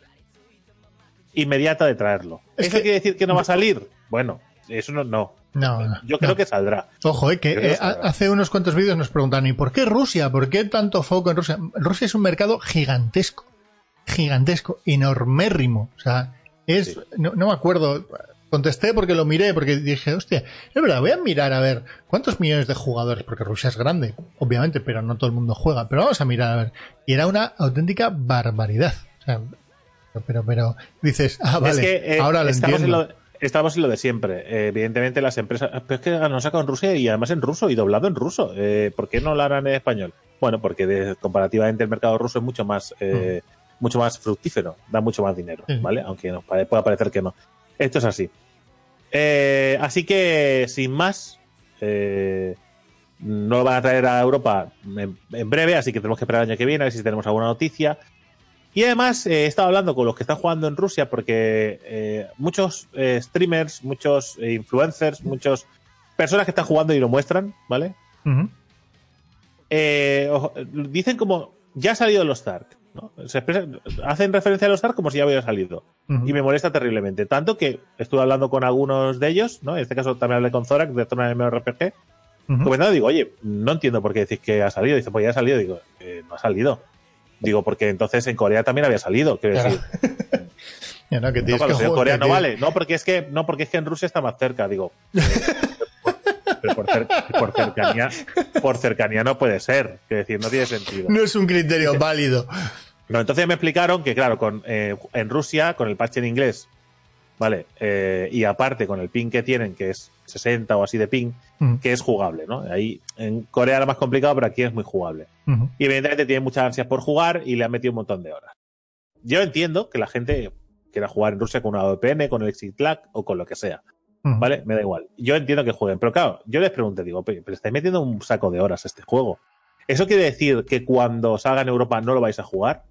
inmediata de traerlo. Es ¿Eso que- quiere decir que no va a salir? Bueno, eso no, no. No, no. Yo creo no. que saldrá. Ojo, eh, que Creo que eh, saldrá. hace unos cuantos vídeos nos preguntan, ¿y por qué Rusia? ¿Por qué tanto foco en Rusia? Rusia es un mercado gigantesco, gigantesco, enormérrimo. O sea, es, Sí. no, no me acuerdo, contesté porque lo miré, porque dije, hostia, es verdad, voy a mirar a ver cuántos millones de jugadores, porque Rusia es grande, obviamente, pero no todo el mundo juega, pero vamos a mirar a ver. Y era una auténtica barbaridad. O sea, pero, pero, pero dices, ah, vale, es que eh, ahora lo estamos, en entiendo. lo, estamos en lo de siempre. Eh, evidentemente las empresas... Pero es que nos han sacado en Rusia y además en ruso y doblado en ruso. Eh, ¿Por qué no lo harán en español? Bueno, porque de- comparativamente el mercado ruso es mucho más eh, mucho más fructífero, da mucho más dinero, Sí. ¿vale? Aunque nos pare- pueda parecer que no. Esto es así. Eh, así que, sin más, eh, no lo van a traer a Europa en, en breve, así que tenemos que esperar el año que viene a ver si tenemos alguna noticia. Y además eh, he estado hablando con los que están jugando en Rusia porque eh, muchos eh, streamers, muchos eh, influencers, muchas personas que están jugando y lo muestran, ¿vale? Ujú. Eh, ojo, dicen como, ya ha salido los Ark, ¿no? Se expresa- hacen referencia a los Ark como si ya hubiera salido. Ujú. Y me molesta terriblemente. Tanto que estuve hablando con algunos de ellos, ¿no? En este caso también hablé con Zorak, de Zona MMORPG, Ujú. comentando, digo, oye, no entiendo por qué decís que ha salido. Dice, pues ya ha salido. Digo, eh, no ha salido. Digo, porque entonces en Corea también había salido. Quiero Claro. decir, Ya, no, que no, tienes cuando que sea en jugar, Corea que no tienes- vale. No, porque es que, no, porque es que en Rusia está más cerca. Digo, eh, pero por, cer- por cercanía, por cercanía no puede ser. Quiero decir, no tiene sentido. No es un criterio válido. No, entonces me explicaron que, claro, con, eh, en Rusia, con el parche en inglés, ¿vale? Eh, y aparte con el ping que tienen, que es sesenta o así de ping, uh-huh. que es jugable, ¿no? Ahí en Corea era más complicado, pero aquí es muy jugable. Uh-huh. Y evidentemente tienen muchas ansias por jugar y le han metido un montón de horas. Yo entiendo que la gente quiera jugar en Rusia con una V P N, con el Exit Lag o con lo que sea, uh-huh. ¿vale? Me da igual. Yo entiendo que jueguen, pero claro, yo les pregunté, digo, pero estáis metiendo un saco de horas a este juego. ¿Eso quiere decir que cuando salga en Europa no lo vais a jugar?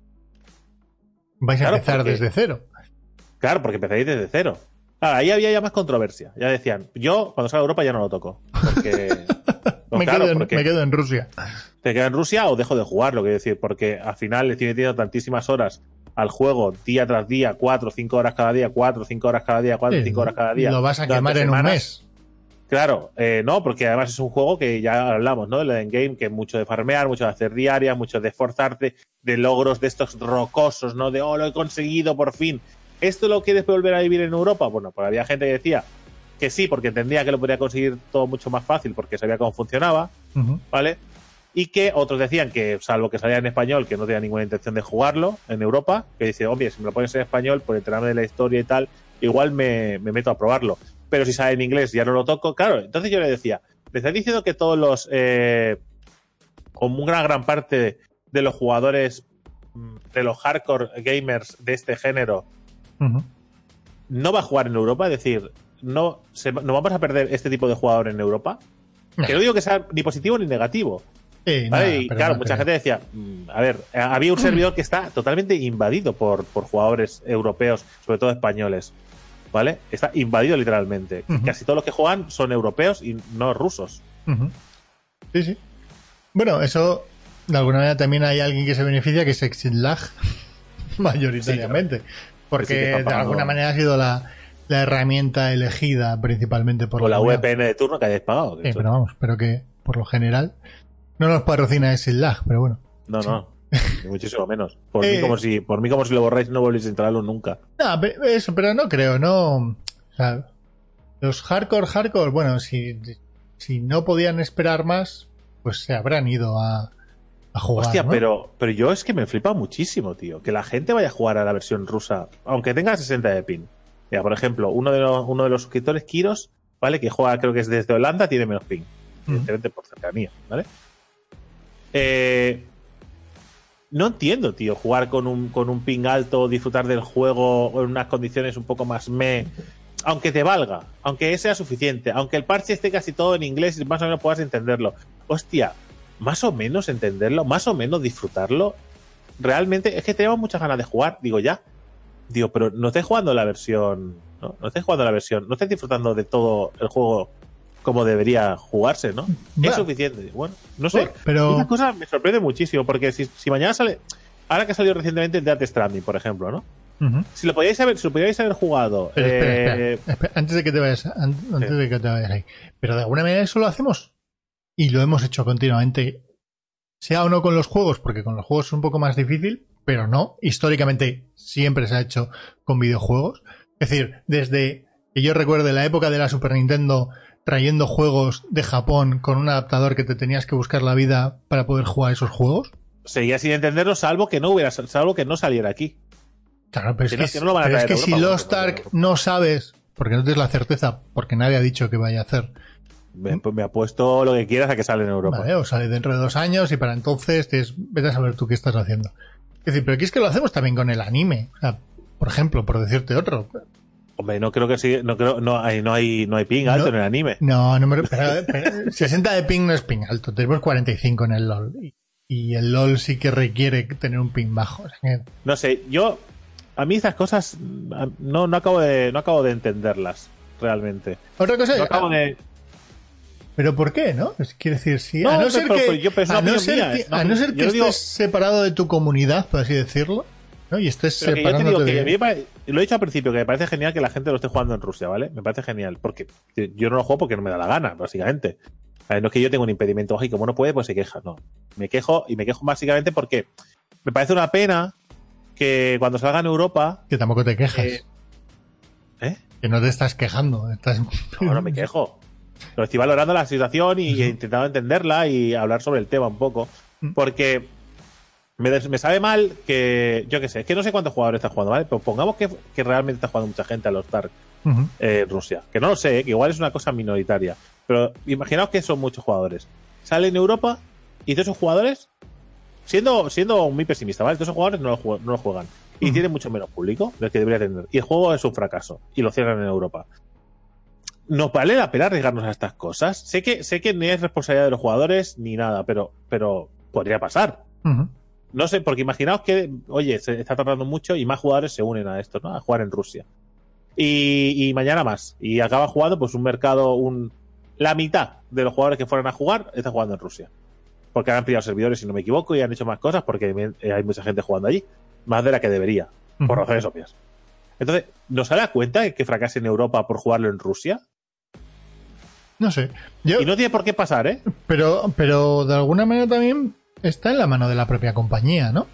Vais a claro, empezar porque, desde cero. Claro, porque empezaréis desde cero. Claro, ahí había ya más controversia. Ya decían, yo cuando salga a Europa ya no lo toco. Porque... no, me, claro, quedo en, porque me quedo en Rusia. Te quedo en Rusia o dejo de jugarlo, quiero decir, porque al final le estoy metiendo tantísimas horas al juego, día tras día, cuatro, cinco horas cada día, cuatro, cinco horas cada día, cuatro, sí, cinco horas cada día. Lo vas a quemar en semanas. un mes. Claro, eh, no, porque además es un juego que ya hablamos, ¿no? El endgame, que es mucho de farmear, mucho de hacer diarias, mucho de esforzarte, de logros de estos rocosos, ¿no? De, oh, lo he conseguido por fin. ¿Esto lo quieres volver a vivir en Europa? Bueno, pues había gente que decía que sí, porque entendía que lo podía conseguir todo mucho más fácil, porque sabía cómo funcionaba, uh-huh. ¿vale? Y que otros decían que, salvo que salía en español, que no tenía ninguna intención de jugarlo en Europa, que dice, hombre, si me lo pones en español, por enterarme de la historia y tal, igual me, me meto a probarlo. Pero si sale en inglés ya no lo toco. Claro, entonces yo le decía, ¿le estás diciendo que todos los, eh, como una gran parte de los jugadores, de los hardcore gamers de este género, uh-huh. no va a jugar en Europa? Es decir, ¿no, se, ¿no vamos a perder este tipo de jugador en Europa? No. Que no digo que sea ni positivo ni negativo. Sí, ¿vale? nada, Y claro, no mucha creo. gente decía, a ver, había un servidor que está totalmente invadido por, por jugadores europeos, sobre todo españoles. ¿Vale? Está invadido literalmente. Uh-huh. Casi todos los que juegan son europeos y no rusos. Uh-huh. Sí, sí. Bueno, eso de alguna manera también hay alguien que se beneficia, que es Exit Lag, mayoritariamente. Sí, claro. Porque sí, de alguna manera ha sido la, la herramienta elegida principalmente por o la, la V P N de turno que hayáis pagado. Sí, pero vamos, pero que por lo general no nos patrocina Exit Lag, pero bueno. No, sí. no. Ni muchísimo menos. Por, eh, mí como si, por mí como si lo borráis no volvéis a instalarlo nunca. No, eso, pero no creo, no. O sea, los hardcore, hardcore, bueno, si, si no podían esperar más, pues se habrán ido a, a jugar. Hostia, ¿no? pero, pero yo es que me flipa muchísimo, tío. Que la gente vaya a jugar a la versión rusa, aunque tenga sesenta de ping. Mira, por ejemplo, uno de los, uno de los suscriptores, Kiros, ¿vale? Que juega, creo que es desde Holanda, tiene menos ping. Mm. Evidentemente por cercanía, ¿vale? Eh. No entiendo, tío, jugar con un, con un ping alto, disfrutar del juego en unas condiciones un poco más meh, aunque te valga, aunque sea suficiente, aunque el parche esté casi todo en inglés y más o menos puedas entenderlo. Hostia, más o menos entenderlo, más o menos disfrutarlo. Realmente, es que tenemos muchas ganas de jugar, digo ya. Digo, pero no estés jugando la versión, ¿no? No estés jugando la versión, no estés disfrutando de todo el juego como debería jugarse, ¿no? Bueno, es suficiente. Bueno, no sé. Pero una cosa me sorprende muchísimo, porque si, si mañana sale... Ahora que ha salido recientemente el Death Stranding, por ejemplo, ¿no? Uh-huh. Si lo podíais haber, si lo podíais haber jugado... Pero, espera, eh... espera, espera, antes de que te vayas, antes sí. de que te vayas ahí. Pero de alguna manera eso lo hacemos. Y lo hemos hecho continuamente. Sea o no con los juegos, porque con los juegos es un poco más difícil, pero no. Históricamente siempre se ha hecho con videojuegos. Es decir, desde que yo recuerde la época de la Super Nintendo... trayendo juegos de Japón con un adaptador que te tenías que buscar la vida para poder jugar esos juegos. Seguía sin entenderlo, salvo que no hubiera, salvo que no saliera aquí. Claro, pero es que, es que, no lo van a pero es que Europa, si Lost Ark no sabes, porque no tienes la certeza, porque nadie ha dicho que vaya a hacer. Me, pues me apuesto lo que quieras a que sale en Europa. Vale, o sale dentro de dos años y para entonces tienes, vete a saber tú qué estás haciendo. Es decir, pero aquí es que lo hacemos también con el anime. O sea, por ejemplo, por decirte otro. Hombre, no creo que sí, no creo, no hay, no hay, no hay ping alto no, en el anime. No, no me, pero, pero, sesenta de ping no es ping alto, tenemos cuarenta y cinco en el LOL. Y, y el LOL sí que requiere tener un ping bajo. O sea que... No sé, yo, a mí estas cosas no, no acabo de, no acabo de entenderlas, realmente. Otra cosa no acabo de... ¿Pero por qué, no? Es, quiere decir, sí, no, a no ser pero, que, pero yo, pero a no ser mía, que, no, a no ser que estés digo... separado de tu comunidad, por así decirlo, ¿no? Y estés pero separándote que yo te digo de... que me, lo he dicho al principio, que me parece genial que la gente lo esté jugando en Rusia, ¿vale? Me parece genial, porque yo no lo juego porque no me da la gana, básicamente. No es que yo tenga un impedimento, y como no puede, pues se queja, no. Me quejo, y me quejo básicamente porque me parece una pena que cuando salga en Europa... Que tampoco te quejas. Eh, ¿Eh? Que no te estás quejando. Estás... No, no me quejo. Lo estoy valorando la situación y uh-huh. he intentado entenderla y hablar sobre el tema un poco. Porque me, me sabe mal que, yo qué sé, es que no sé cuántos jugadores están jugando, ¿vale? Pero pongamos que, que realmente está jugando mucha gente a los Dark Uh-huh. eh, en Rusia. Que no lo sé, ¿eh? Que igual es una cosa minoritaria. Pero imaginaos que son muchos jugadores. Salen en Europa y todos esos jugadores, siendo, siendo muy pesimista, ¿vale? Todos esos jugadores no lo, juegan, no lo juegan. Y uh-huh. tienen mucho menos público del que debería tener. Y el juego es un fracaso. Y lo cierran en Europa. ¿Nos vale la pena arriesgarnos a estas cosas? Sé que, sé que ni es responsabilidad de los jugadores ni nada, pero, pero podría pasar. Uh-huh. No sé, porque imaginaos que, oye, se está tardando mucho y más jugadores se unen a esto, ¿no? A jugar en Rusia. Y, y mañana más. Y acaba jugando, pues, un mercado, un la mitad de los jugadores que fueran a jugar está jugando en Rusia. Porque han pillado servidores, si no me equivoco, y han hecho más cosas porque hay mucha gente jugando allí. Más de la que debería, uh-huh. por razones obvias. Entonces, ¿nos da cuenta de que fracase en Europa por jugarlo en Rusia? No sé. Yo, y no tiene por qué pasar, ¿eh? Pero, pero de alguna manera también está en la mano de la propia compañía, ¿no?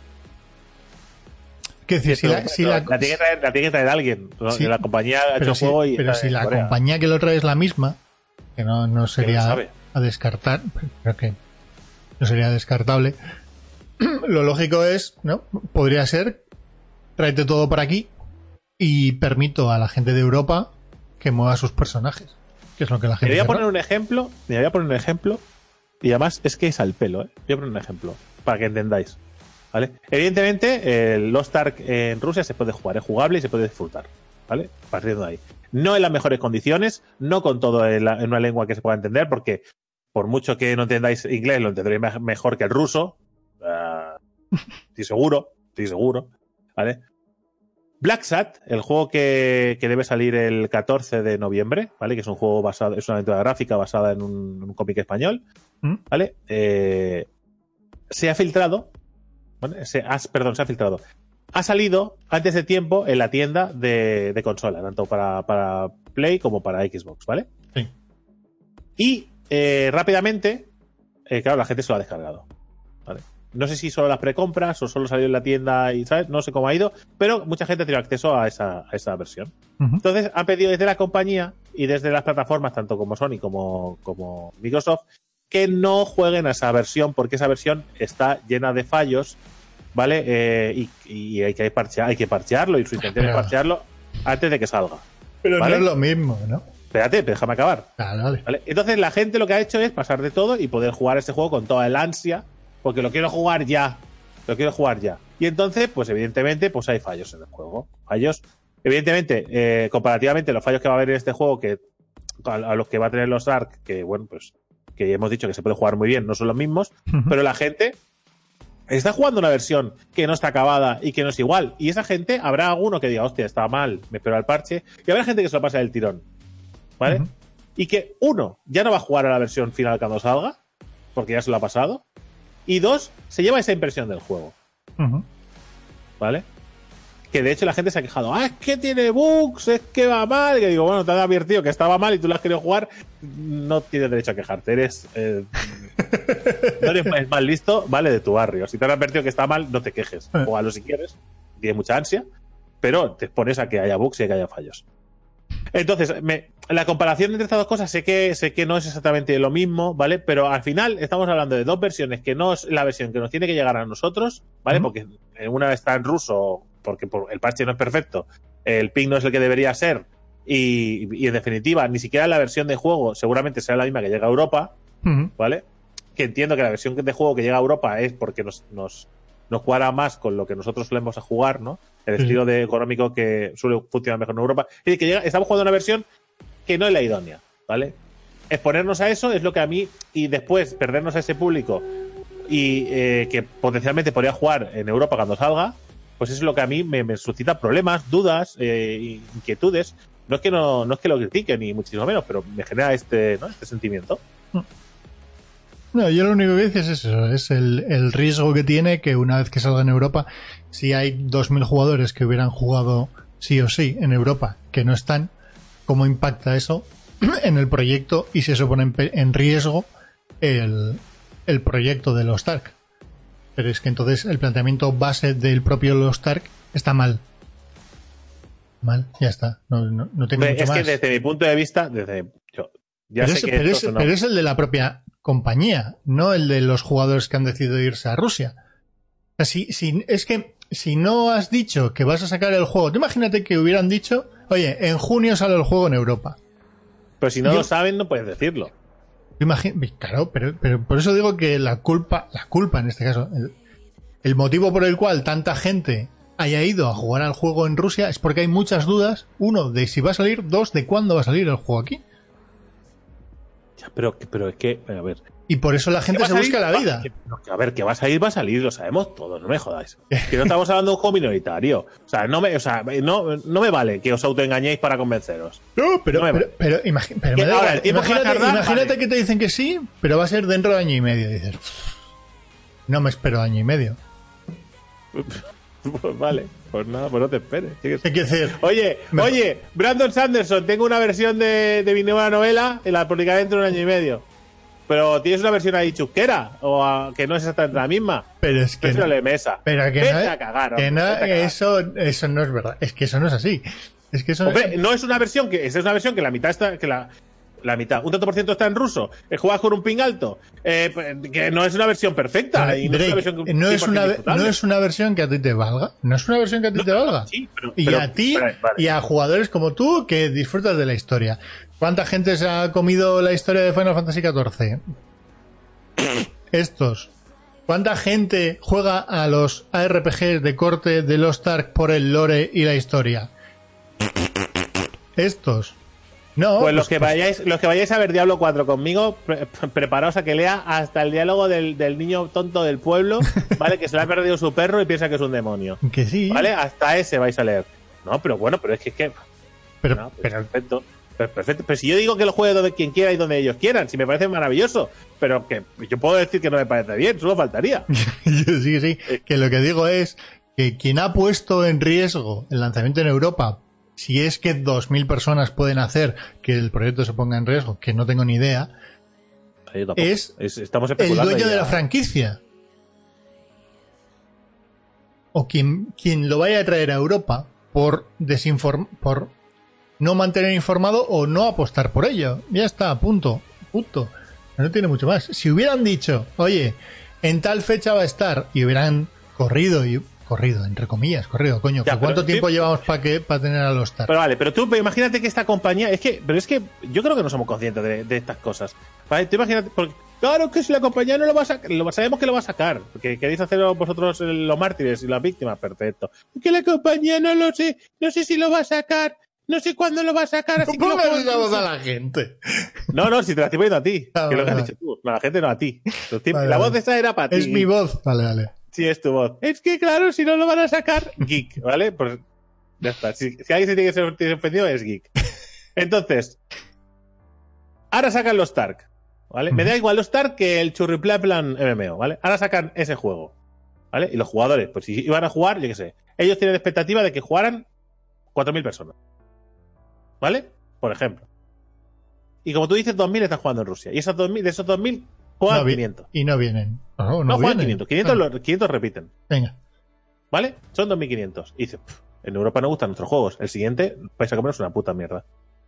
¿Qué decir? Sí, si pero, la, si no, la, la, tiene que traer, la tiene que traer alguien. ¿No? Sí, la compañía ha hecho si, juego y. Pero si la Corea. compañía que lo trae es la misma, que no, no sería no a descartar, creo que no sería descartable. Lo lógico es, ¿no? Podría ser, tráete todo para aquí y permito a la gente de Europa que mueva sus personajes. Que es lo que la gente. Me voy a poner un ejemplo, me voy a poner un ejemplo, y además es que es al pelo, ¿eh? Voy a poner un ejemplo, para que entendáis. ¿Vale? Evidentemente, el Lost Ark en Rusia se puede jugar, es jugable y se puede disfrutar, ¿vale? Partiendo de ahí. No en las mejores condiciones, no con todo en, la, en una lengua que se pueda entender, porque por mucho que no entendáis inglés, lo entenderéis mejor que el ruso. Uh, estoy seguro, estoy seguro, ¿vale? Black Sat, el juego que, que debe salir el catorce de noviembre, ¿vale? Que es un juego basado, es una aventura gráfica basada en un, un cómic español, ¿vale? Eh, se ha filtrado. ¿Vale? Se ha, perdón, se ha filtrado. Ha salido antes de tiempo en la tienda de, de consola, tanto para, para Play como para Xbox, ¿vale? Sí. Y eh, rápidamente, eh, claro, la gente se lo ha descargado, ¿vale? No sé si solo las precompras o solo salió en la tienda y, ¿sabes? No sé cómo ha ido, pero mucha gente ha tenido acceso a esa, a esa versión. Uh-huh. Entonces, han pedido desde la compañía y desde las plataformas, tanto como Sony como, como Microsoft, que no jueguen a esa versión, porque esa versión está llena de fallos, ¿vale? Eh, y, y hay que parchear, hay que parchearlo, y su intención pero, es parchearlo antes de que salga. Pero ¿vale? no es lo mismo, ¿no? Espérate, déjame acabar. Ah, dale. ¿Vale? Entonces la gente lo que ha hecho es pasar de todo y poder jugar este juego con toda el ansia, porque lo quiero jugar ya, lo quiero jugar ya. Y entonces, pues evidentemente, pues hay fallos en el juego. Fallos, evidentemente, eh, comparativamente los fallos que va a haber en este juego, que a, a los que va a tener los Ark, que bueno, pues que hemos dicho que se puede jugar muy bien, no son los mismos, uh-huh. pero la gente está jugando una versión que no está acabada y que no es igual. Y esa gente, habrá alguno que diga, hostia, está mal, me espero al parche, y habrá gente que se lo pasa del tirón, ¿vale? Uh-huh. Y que, uno, ya no va a jugar a la versión final cuando salga, porque ya se lo ha pasado, y dos, se lleva esa impresión del juego, uh-huh. ¿vale? Que de hecho la gente se ha quejado, ah, es que tiene bugs, es que va mal, y que digo, bueno, te han advertido que estaba mal y tú lo has querido jugar, no tienes derecho a quejarte, eres eh, no eres más listo, vale, de tu barrio. Si te han advertido que está mal, no te quejes, jugalo si quieres, tienes mucha ansia, pero te expones a que haya bugs y a que haya fallos. Entonces, me, la comparación entre estas dos cosas sé que, sé que no es exactamente lo mismo, ¿vale? Pero al final estamos hablando de dos versiones, que no es la versión que nos tiene que llegar a nosotros, ¿vale? Uh-huh. Porque una está en ruso, porque el parche no es perfecto, el ping no es el que debería ser, y, y en definitiva, ni siquiera la versión de juego seguramente será la misma que llega a Europa, uh-huh. ¿vale? Que entiendo que la versión de juego que llega a Europa es porque nos, nos, nos cuadra más con lo que nosotros solemos a jugar, ¿no? El uh-huh. estilo de económico que suele funcionar mejor en Europa. Y que llega, estamos jugando una versión que no es la idónea, ¿vale? Exponernos a eso es lo que a mí, y después perdernos a ese público y eh, que potencialmente podría jugar en Europa cuando salga, pues eso es lo que a mí me, me suscita problemas, dudas, eh, inquietudes. No es que no, no es que lo critique, ni muchísimo menos, pero me genera este, ¿no? este sentimiento. No, yo lo único que dices es eso, es el, el riesgo que tiene que una vez que salga en Europa, si hay dos mil jugadores que hubieran jugado sí o sí en Europa, que no están, ¿cómo impacta eso en el proyecto y si eso pone en, en riesgo el, el proyecto de Lost Ark? Pero es que entonces el planteamiento base del propio Lost Ark está mal. Mal, ya está. No, no, no tiene pero mucho es más. Que desde mi punto de vista, desde yo, ya pero, sé es, que pero, es, no. pero es el de la propia compañía, no el de los jugadores que han decidido irse a Rusia. O sea, si, si, es que si no has dicho que vas a sacar el juego, tú imagínate que hubieran dicho, oye, en junio sale el juego en Europa. Pero si no Yo- lo saben, no puedes decirlo. Imagin- claro, pero, pero por eso digo que la culpa, la culpa en este caso, el, el motivo por el cual tanta gente haya ido a jugar al juego en Rusia es porque hay muchas dudas, uno, de si va a salir, dos, de cuándo va a salir el juego aquí. Ya, pero, pero es que, a ver. Y por eso la gente ¿Qué se va a salir? busca la Va- vida. que- que, a ver, que va a salir, va a salir, lo sabemos todos, no me jodáis. Que no estamos hablando de un juego minoritario. O sea, no me, o sea, no, no me vale que os autoengañéis para convenceros. No, pero, No me pero, vale. pero, imagi- pero Que me da ahora, igual. el tiempo que va a Imagínate, tardar, imagínate vale. que te dicen que sí, pero va a ser dentro de año y medio. Dices, no me espero año y medio. Pues vale, pues nada, pues no te esperes. Sigues. ¿Qué quiere decir? Oye, Me- oye, Brandon Sanderson, tengo una versión de, de mi nueva novela y la publicaré dentro de un año y medio. Pero tienes una versión ahí chusquera, o a- que no es exactamente la misma. Pero es que Prefiero no, la mesa. pero que Vete no, es- a cagar, que hombre, no- vete a cagar. eso, eso no es verdad. Es que eso no es así. Es que eso no Hombre, es... no es una versión que esa es una versión que la mitad está que la la mitad, un tanto por ciento está en ruso, eh, juegas con un ping alto, eh, que no es una versión perfecta. y no es una Drake, versión que- no es cien por ciento una, disfrutable. no es una versión que a ti te valga. No es una versión que a ti te valga. Sí, pero- y pero- a ti vale, vale. y a jugadores como tú que disfrutas de la historia. ¿Cuánta gente se ha comido la historia de Final Fantasy catorce? Estos. ¿Cuánta gente juega a los A R P Gs de corte de Lost Ark por el lore y la historia? Estos. No, Pues los que pues- vayáis, los que vayáis a ver Diablo cuatro conmigo, pre- preparaos a que lea hasta el diálogo del, del niño tonto del pueblo, ¿vale? Que se le ha perdido su perro y piensa que es un demonio. que sí. ¿Vale? Hasta ese vais a leer. No, pero bueno, pero es que es que. Pero, no, pues pero perfecto. Pero, perfecto. Pero si yo digo que lo juegue donde quien quiera y donde ellos quieran, si me parece maravilloso. Pero que yo puedo decir que no me parece bien, solo faltaría. Yo sí, sí. Que lo que digo es que quien ha puesto en riesgo el lanzamiento en Europa, si es que dos mil personas pueden hacer que el proyecto se ponga en riesgo, que no tengo ni idea, Yo tampoco. es estamos el especulando dueño y de ya. la franquicia. O quien, quien lo vaya a traer a Europa por desinform por no mantener informado o no apostar por ello. Ya está, punto. Punto. No tiene mucho más. Si hubieran dicho, oye, en tal fecha va a estar, y hubieran corrido y corrido, entre comillas, corrido, coño, Ya, ¿que ¿cuánto pero- tiempo sí. llevamos para que para tener a los Star? Pero vale, pero tú imagínate que esta compañía. Es que, pero es que yo creo que no somos conscientes de, de estas cosas. Vale, tú imagínate. Porque, claro que si la compañía no lo va a sacar, lo, sabemos que lo va a sacar. Porque queréis hacerlo vosotros eh, los mártires y las víctimas, perfecto. Que la compañía no lo sé, no sé si lo va a sacar, no sé cuándo lo va a sacar, así que lo Ponle juego- la voz a la gente. No, no, si te la estoy poniendo a ti. Ah, que es lo que has vale, dicho tú. No, a la gente no a ti. Lo estoy- Vale, la vale. voz esa era para ti. Es mi voz. Vale, vale. Sí, es tu voz. Es que, claro, si no lo van a sacar, geek, ¿vale? Pues ya está. Si, si alguien se tiene que sentir ofendido, es geek. Entonces, ahora sacan los Stark, ¿vale? Me da igual los Stark que el Churriplaplan M M O, ¿vale? Ahora sacan ese juego, ¿vale? Y los jugadores, pues si iban a jugar, yo qué sé, ellos tienen expectativa de que jugaran cuatro mil personas, ¿vale? Por ejemplo. Y como tú dices, dos mil están jugando en Rusia. Y esos dos mil, de esos dos mil, juegan No vi- quinientos. Y no vienen. No, no, No, juegan vienen. quinientos. quinientos, Ah, los- quinientos repiten. Venga. ¿Vale? Son dos mil quinientos. Y dices, "Pff, en Europa no gustan nuestros juegos. El siguiente vais a comeros una puta mierda.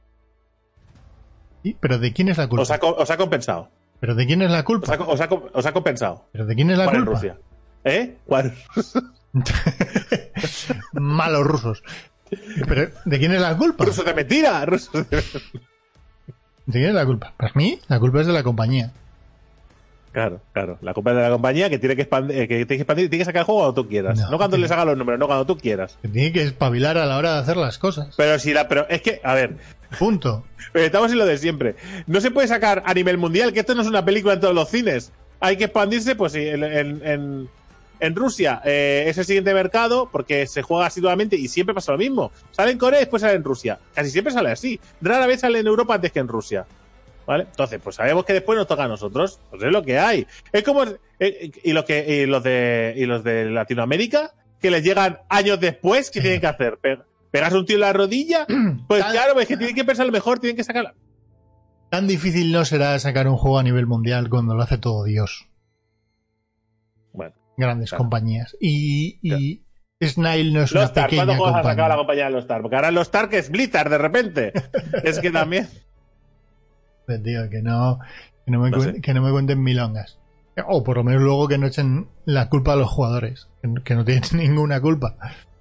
¿Y? ¿Pero de quién es la culpa? Os ha, co- os ha compensado. ¿Pero de quién es la Os culpa? ha, co- os ha co- os ha compensado. ¿Pero de quién es la Jugar en culpa? Rusia. ¿Eh? ¿Cuál? Malos rusos. ¿Pero de quién es la culpa? Rusos de mentira. Rusos de... ¿De quién es la culpa? Para mí, la culpa es de la compañía. Claro, claro. La culpa es de la compañía que tiene que expandir, eh, que tiene que expandir y tiene que sacar el juego cuando tú quieras. No, No, cuando que- les haga los números, no cuando tú quieras. Que tiene que espabilar a la hora de hacer las cosas. Pero si la, pero es que, a ver, Punto. pero estamos en lo de siempre. No se puede sacar a nivel mundial, que esto no es una película en todos los cines. Hay que expandirse, pues sí, en, en, en, en Rusia eh, es el siguiente mercado, porque se juega asiduamente y siempre pasa lo mismo. Sale en Corea y después sale en Rusia. Casi siempre sale así. Rara vez sale en Europa antes que en Rusia. ¿Vale? Entonces, pues sabemos que después nos toca a nosotros. Pues es lo que hay. Es como. eh, y, los que, y, los de, y los de Latinoamérica, que les llegan años después, ¿qué Sí. tienen que hacer? Pe- ¿Pegas un tío en la rodilla? Pues Tal- claro, es que tienen que pensar lo mejor, tienen que sacar. Tan difícil no será sacar un juego a nivel mundial cuando lo hace todo Dios. Bueno. Grandes Claro. compañías. Y, y Snail no es Los una Star, pequeña ¿cuándo juegas a sacar a la compañía. compañía de los Star? Porque ahora los Star que es Blizzard de repente. Es que también. Pues, tío, que no, que no me, No cuen- sé. que no me cuenten milongas. O por lo menos luego que no echen la culpa a los jugadores, que, no- que no tienen ninguna culpa.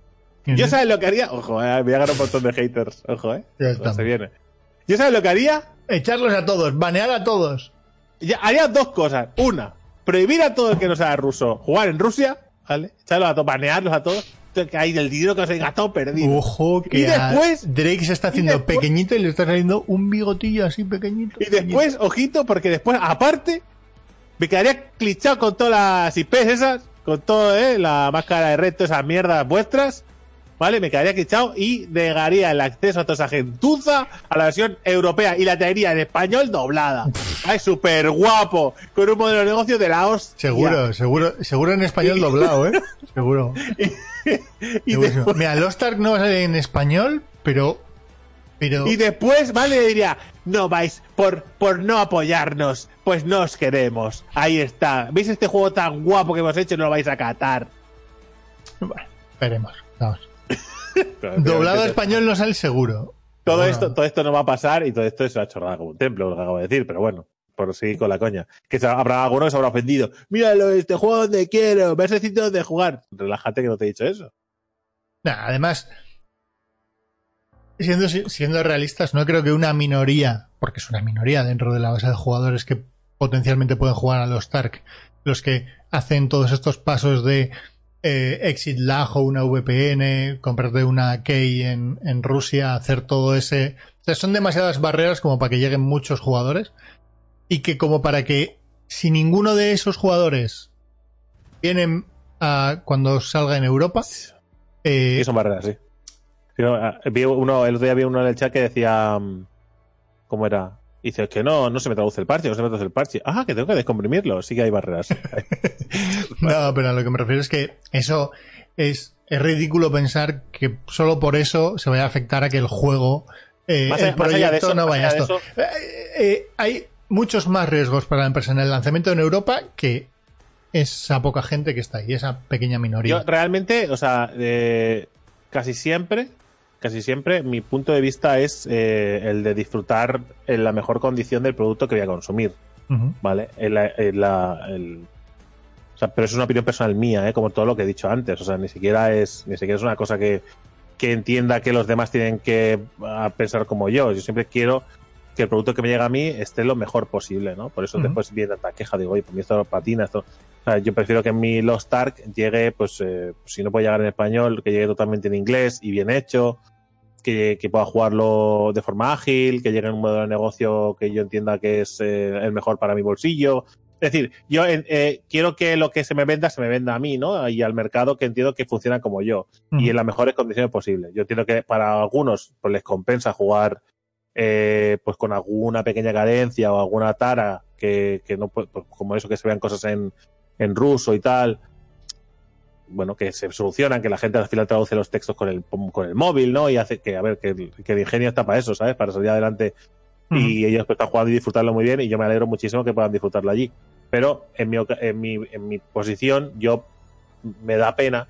Yo sabes lo que haría. Ojo, eh, me voy a agarrar un montón de haters. Ojo, eh. Ojo, se viene. Yo sabes lo que haría. Echarlos a todos, banear a todos. Ya, haría dos cosas. Una, prohibir a todo el que no sea ruso jugar en Rusia, ¿vale? Echarlos a todos, banearlos a todos. Que hay del dinero que os haya gastado perdido. Ojo, que y después, Drake se está haciendo después, pequeñito y le está saliendo un bigotillo así pequeñito. Y después, pequeñito. Ojito, porque después, aparte, me quedaría clichado con todas las I Pes esas, con todo, ¿eh? La máscara de red, todas esas mierdas vuestras. ¿Vale? Me quedaría clichado y negaría el acceso a toda esa gentuza a la versión europea y la traería en español doblada. ¡Ay, súper guapo! Con un modelo de negocio de la hostia. Seguro, seguro, seguro en español y... doblado, ¿eh? Seguro. y después... Mira, Lost Ark no va a salir en español, pero... pero... Y después, vale, diría, no vais, por, por no apoyarnos, pues no os queremos. Ahí está. ¿Veis este juego tan guapo que hemos hecho? No lo vais a catar. Bueno, veremos. Vamos. Doblado a español no sale seguro. Todo bueno. esto, todo esto no va a pasar y todo esto es una chorrada como un templo, lo que acabo de decir, pero bueno, por seguir con la coña. Que habrá alguno que se habrá ofendido. Míralo, este juego donde quiero, ves el sitio donde jugar. Relájate que no te he dicho eso. Nah, además, siendo, siendo realistas, no creo que una minoría, porque es una minoría dentro de la base de jugadores que potencialmente pueden jugar a los Tark, los que hacen todos estos pasos de Eh, exit lag o una V P N, comprarte una key en, en Rusia, hacer todo ese... O sea, son demasiadas barreras como para que lleguen muchos jugadores y que como para que si ninguno de esos jugadores vienen a cuando salga en Europa... Eh, sí, son barreras, sí. Vi uno, el otro día vi uno en el chat que decía... ¿Cómo era? Y dice, es que no, no se me traduce el parche, no se me traduce el parche. Ah, que tengo que descomprimirlo. Sí que hay barreras. No, pero a lo que me refiero es que eso es, es ridículo pensar que solo por eso se vaya a afectar a que el juego, eh, más allá, el proyecto más allá de eso, no vaya a esto. eso... Eh, eh, hay muchos más riesgos para la empresa en el lanzamiento en Europa que esa poca gente que está ahí, esa pequeña minoría. Yo realmente, o sea, eh, casi siempre... Casi siempre mi punto de vista es eh, el de disfrutar en la mejor condición del producto que voy a consumir. Uh-huh. ¿Vale? En la, en la, el, o sea, pero eso es una opinión personal mía, ¿eh? Como todo lo que he dicho antes. O sea, ni siquiera es, ni siquiera es una cosa que, que entienda que los demás tienen que a pensar como yo. Yo siempre quiero que el producto que me llega a mí esté lo mejor posible, ¿no? Por eso uh-huh. después viene tanta queja, digo, oye, por mí esto patina, esto... O sea, yo prefiero que mi Lost Ark llegue, pues, eh, si no puede llegar en español, que llegue totalmente en inglés y bien hecho, que, que pueda jugarlo de forma ágil, que llegue en un modelo de negocio que yo entienda que es eh, el mejor para mi bolsillo. Es decir, yo eh, quiero que lo que se me venda, se me venda a mí, ¿no? Y al mercado que entiendo que funciona como yo. Mm. Y en las mejores condiciones posibles. Yo entiendo que para algunos pues les compensa jugar eh, pues con alguna pequeña carencia o alguna tara que, que no pues, como eso, que se vean cosas en, en ruso y tal. Bueno, que se solucionan, que la gente al final traduce los textos con el, con el móvil, ¿no? Y hace que, a ver, que, que el ingenio está para eso, ¿sabes? Para salir adelante. Mm. Y ellos pues, están jugando y disfrutarlo muy bien, y yo me alegro muchísimo que puedan disfrutarlo allí. Pero en mi, en mi, en mi posición, yo me da pena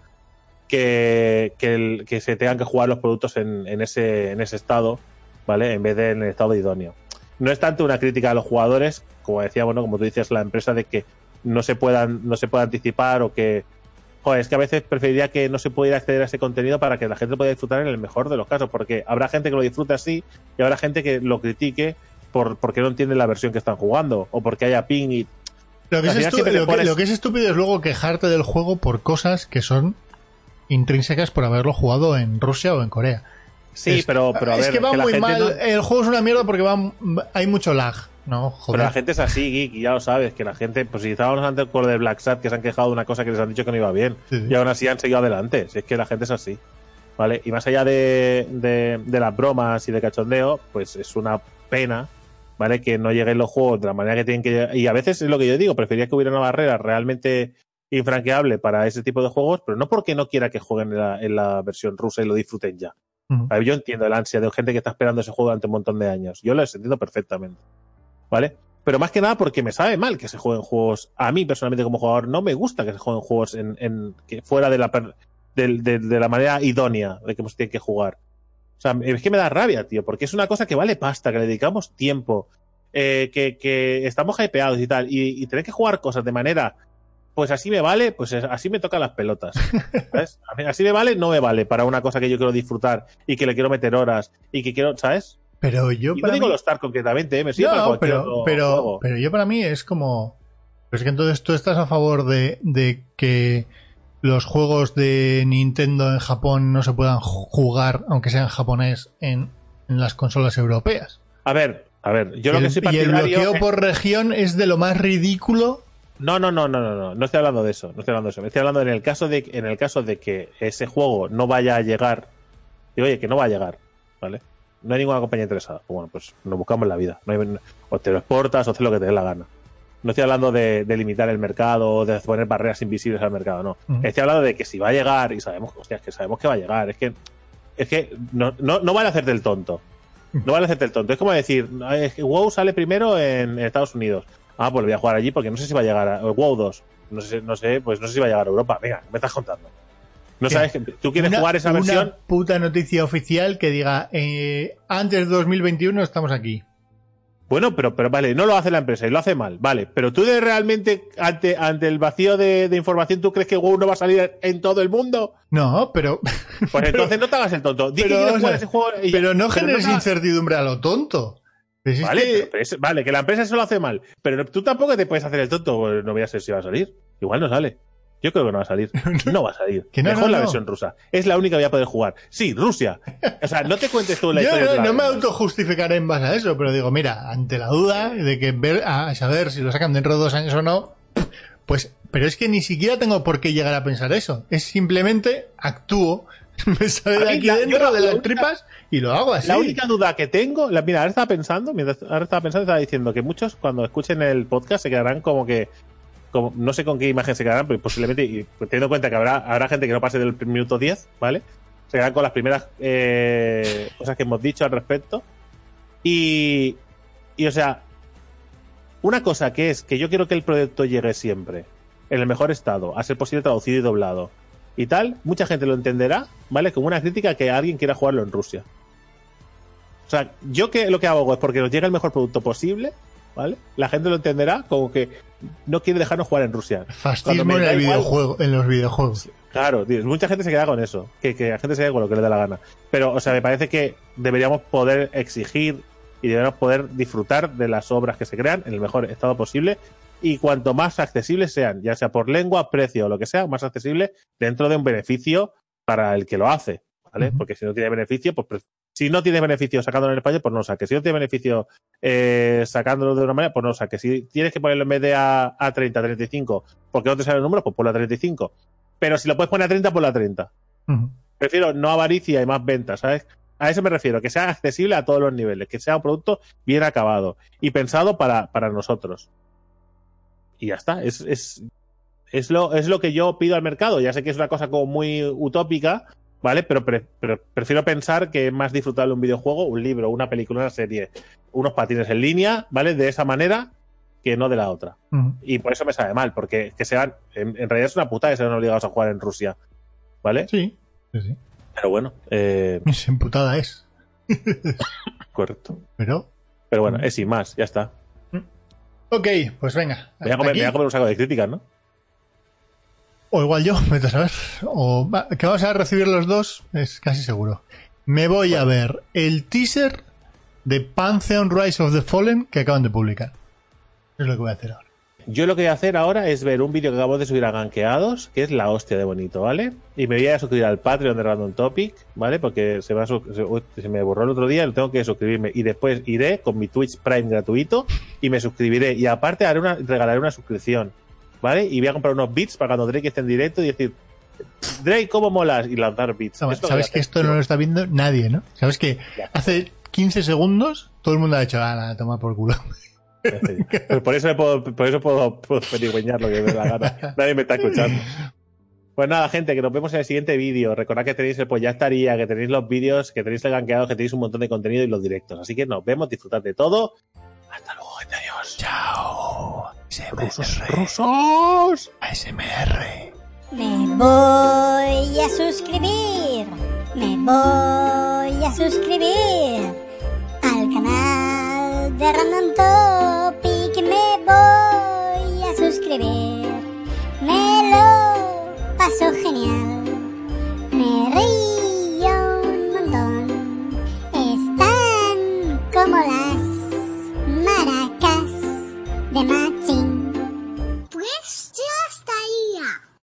que, que, el, que se tengan que jugar los productos en, en, ese, en ese estado, ¿vale? En vez de en el estado idóneo. No es tanto una crítica a los jugadores, como decía, bueno, como tú dices, la empresa, de que no se puedan, no se pueda anticipar o que... Joder, es que a veces preferiría que no se pudiera acceder a ese contenido para que la gente lo pueda disfrutar en el mejor de los casos, porque habrá gente que lo disfrute así y habrá gente que lo critique por porque no entiende la versión que están jugando o porque haya ping y... Lo que, es estu- lo, pones... que, lo que es estúpido es luego quejarte del juego por cosas que son intrínsecas por haberlo jugado en Rusia o en Corea. Sí, es, pero, pero a es ver, que va que muy mal. No... El juego es una mierda porque va, hay mucho lag. No, joder. Pero la gente es así, Geek, y ya lo sabes, que la gente, pues si estábamos antes con lo de Black Sat, que se han quejado de una cosa que les han dicho que no iba bien, sí, sí. Y aún así han seguido adelante. Si es que la gente es así, ¿vale? Y más allá de, de, de las bromas y de cachondeo, pues es una pena, ¿vale? Que no lleguen los juegos de la manera que tienen que llegar. Y a veces es lo que yo digo, preferiría que hubiera una barrera realmente infranqueable para ese tipo de juegos, pero no porque no quiera que jueguen en la, en la versión rusa y lo disfruten ya. Uh-huh. Yo entiendo el ansia de gente que está esperando ese juego durante un montón de años. Yo lo entiendo perfectamente, ¿vale? Pero más que nada porque me sabe mal que se jueguen juegos. A mí personalmente como jugador no me gusta que se jueguen juegos en, en que fuera de la de, de, de la manera idónea de que se tiene que jugar. O sea, es que me da rabia, tío, porque es una cosa que vale pasta, que le dedicamos tiempo, eh, que, que estamos hypeados y tal, y, y tener que jugar cosas de manera pues así me vale, pues así me tocan las pelotas. ¿Sabes? Así me vale, no me vale para una cosa que yo quiero disfrutar y que le quiero meter horas y que quiero, ¿sabes? Pero yo y para no digo mí... los Star concretamente, ¿eh? Me sirve no, para cualquier pero, otro pero, juego. pero yo para mí es como... Pues es que entonces tú estás a favor de, de que los juegos de Nintendo en Japón no se puedan jugar, aunque sea en japonés, en, en las consolas europeas. A ver, a ver, yo y lo el, que soy y el partidario... bloqueo es... por región es de lo más ridículo. No, no, no, no, no, no, no estoy hablando de eso, no estoy hablando de eso. Me estoy hablando en el caso de, en el caso de que ese juego no vaya a llegar, digo, oye, que no va a llegar, ¿vale? No hay ninguna compañía interesada. Pues bueno, pues nos buscamos la vida. No hay, o te lo exportas o haces lo que te dé la gana. No estoy hablando de, de limitar el mercado o de poner barreras invisibles al mercado, no. Uh-huh. Estoy hablando de que si va a llegar, y sabemos, hostia, es que sabemos que va a llegar, es que, es que no, no, no vale hacerte el tonto. No vale hacerte el tonto. Es como decir, es que WoW sale primero en Estados Unidos. Ah, pues lo voy a jugar allí porque no sé si va a llegar a WoW dos. No sé, no sé, pues no sé si va a llegar a Europa. Venga, me estás contando. No sabes que tú quieres una, jugar esa versión. Una puta noticia oficial que diga eh, antes de dos mil veintiuno estamos aquí. Bueno, pero, pero vale, no lo hace la empresa y lo hace mal, vale. Pero tú de realmente, ante, ante el vacío de, de información, ¿tú crees que WoW no va a salir en todo el mundo? No, pero... Pues pero, entonces no te hagas el tonto. Di pero, que quieres jugar o sea, ese juego y pero no pero generes no incertidumbre a lo tonto. Vale, es que... pero, pero es, vale, que la empresa eso lo hace mal. Pero tú tampoco te puedes hacer el tonto. Pues no voy a ser si va a salir. Igual no sale. Yo creo que no va a salir. No va a salir. Que no, Mejor no, la no. versión rusa. Es la única que voy a poder jugar. Sí, Rusia. O sea, no te cuentes tú la Yo historia. no, no me la... autojustificaré en base a eso, pero digo, mira, ante la duda de que ver a saber si lo sacan dentro de dos años o no, pues, pero es que ni siquiera tengo por qué llegar a pensar eso. Es simplemente actúo, me sale de aquí la, dentro la, de las única, tripas y lo hago así. La única duda que tengo, la, mira, ahora estaba pensando, mientras, ahora estaba pensando, estaba diciendo que muchos cuando escuchen el podcast se quedarán como que Como, no sé con qué imagen se quedarán, pero posiblemente, y teniendo en cuenta que habrá, habrá gente que no pase del minuto diez, ¿vale? Se quedarán con las primeras eh, cosas que hemos dicho al respecto. Y, y, o sea, una cosa que es que yo quiero que el proyecto llegue siempre en el mejor estado, a ser posible traducido y doblado y tal, mucha gente lo entenderá, ¿vale? Como una crítica que alguien quiera jugarlo en Rusia. O sea, yo que lo que hago es porque nos llegue el mejor producto posible, ¿vale? La gente lo entenderá como que no quiere dejarnos jugar en Rusia. Fascismo en el igual, videojuego, en los videojuegos. Claro, tío, mucha gente se queda con eso, que, que la gente se queda con lo que le da la gana. Pero, o sea, me parece que deberíamos poder exigir y deberíamos poder disfrutar de las obras que se crean en el mejor estado posible y cuanto más accesibles sean, ya sea por lengua, precio o lo que sea, más accesible dentro de un beneficio para el que lo hace, ¿vale? Uh-huh. Porque si no tiene beneficio, pues si no tiene beneficio sacándolo en español, pues no lo saques. Si no tiene beneficio eh, sacándolo de una manera, pues no lo saques. Si tienes que ponerlo en vez de a, a treinta, treinta y cinco, porque no te sale el número, pues ponlo a treinta y cinco. Pero si lo puedes poner a treinta, ponlo a treinta. Uh-huh. Prefiero no avaricia y más ventas, ¿sabes? A eso me refiero, que sea accesible a todos los niveles, que sea un producto bien acabado y pensado para, para nosotros. Y ya está, es, es, es, lo, es lo que yo pido al mercado. Ya sé que es una cosa como muy utópica, ¿vale? Pero, pre, pero prefiero pensar que es más disfrutable un videojuego, un libro, una película, una serie, unos patines en línea, ¿vale? De esa manera que no de la otra. Uh-huh. Y por eso me sabe mal, porque que sean, en, en realidad es una putada que sean obligados a jugar en Rusia, ¿vale? Sí, sí, sí. Pero bueno. Eh... Sin putada es. Correcto. Pero. Pero bueno, es sin más, ya está. Ok, pues venga. Me voy a comer, me voy a comer un saco de críticas, ¿no? O igual yo, vete a saber. O que vamos a recibir los dos, es casi seguro. Me voy bueno. a ver el teaser de Pantheon Rise of the Fallen que acaban de publicar. Es lo que voy a hacer ahora. Yo lo que voy a hacer ahora es ver un vídeo que acabo de subir a Gankeados, que es la hostia de bonito, ¿vale? Y me voy a suscribir al Patreon de Random Topic, ¿vale? Porque se, va a se, se me borró el otro día, tengo que suscribirme. Y después iré con mi Twitch Prime gratuito y me suscribiré. Y aparte haré una, regalaré una suscripción, ¿vale? Y voy a comprar unos bits para cuando Drake esté en directo y decir, Drake, ¿cómo molas? Y lanzar bits. No, sabes que, que esto no lo está viendo nadie, ¿no? Sabes que ya. Hace quince segundos todo el mundo ha dicho, ah, nada, toma por culo. Pues por eso puedo, por eso puedo, puedo pedigüeñar lo que me da la gana. Nadie me está escuchando. Pues nada, gente, que nos vemos en el siguiente vídeo. Recordad que tenéis el Pues Ya Estaría, que tenéis los vídeos, que tenéis el gankeado, que tenéis un montón de contenido y los directos. Así que nos vemos, disfrutad de todo. Hasta luego, gente, adiós. Chao. Rusos. Rusos. A S M R. Me voy a suscribir. Me voy a suscribir al canal de Random Topic.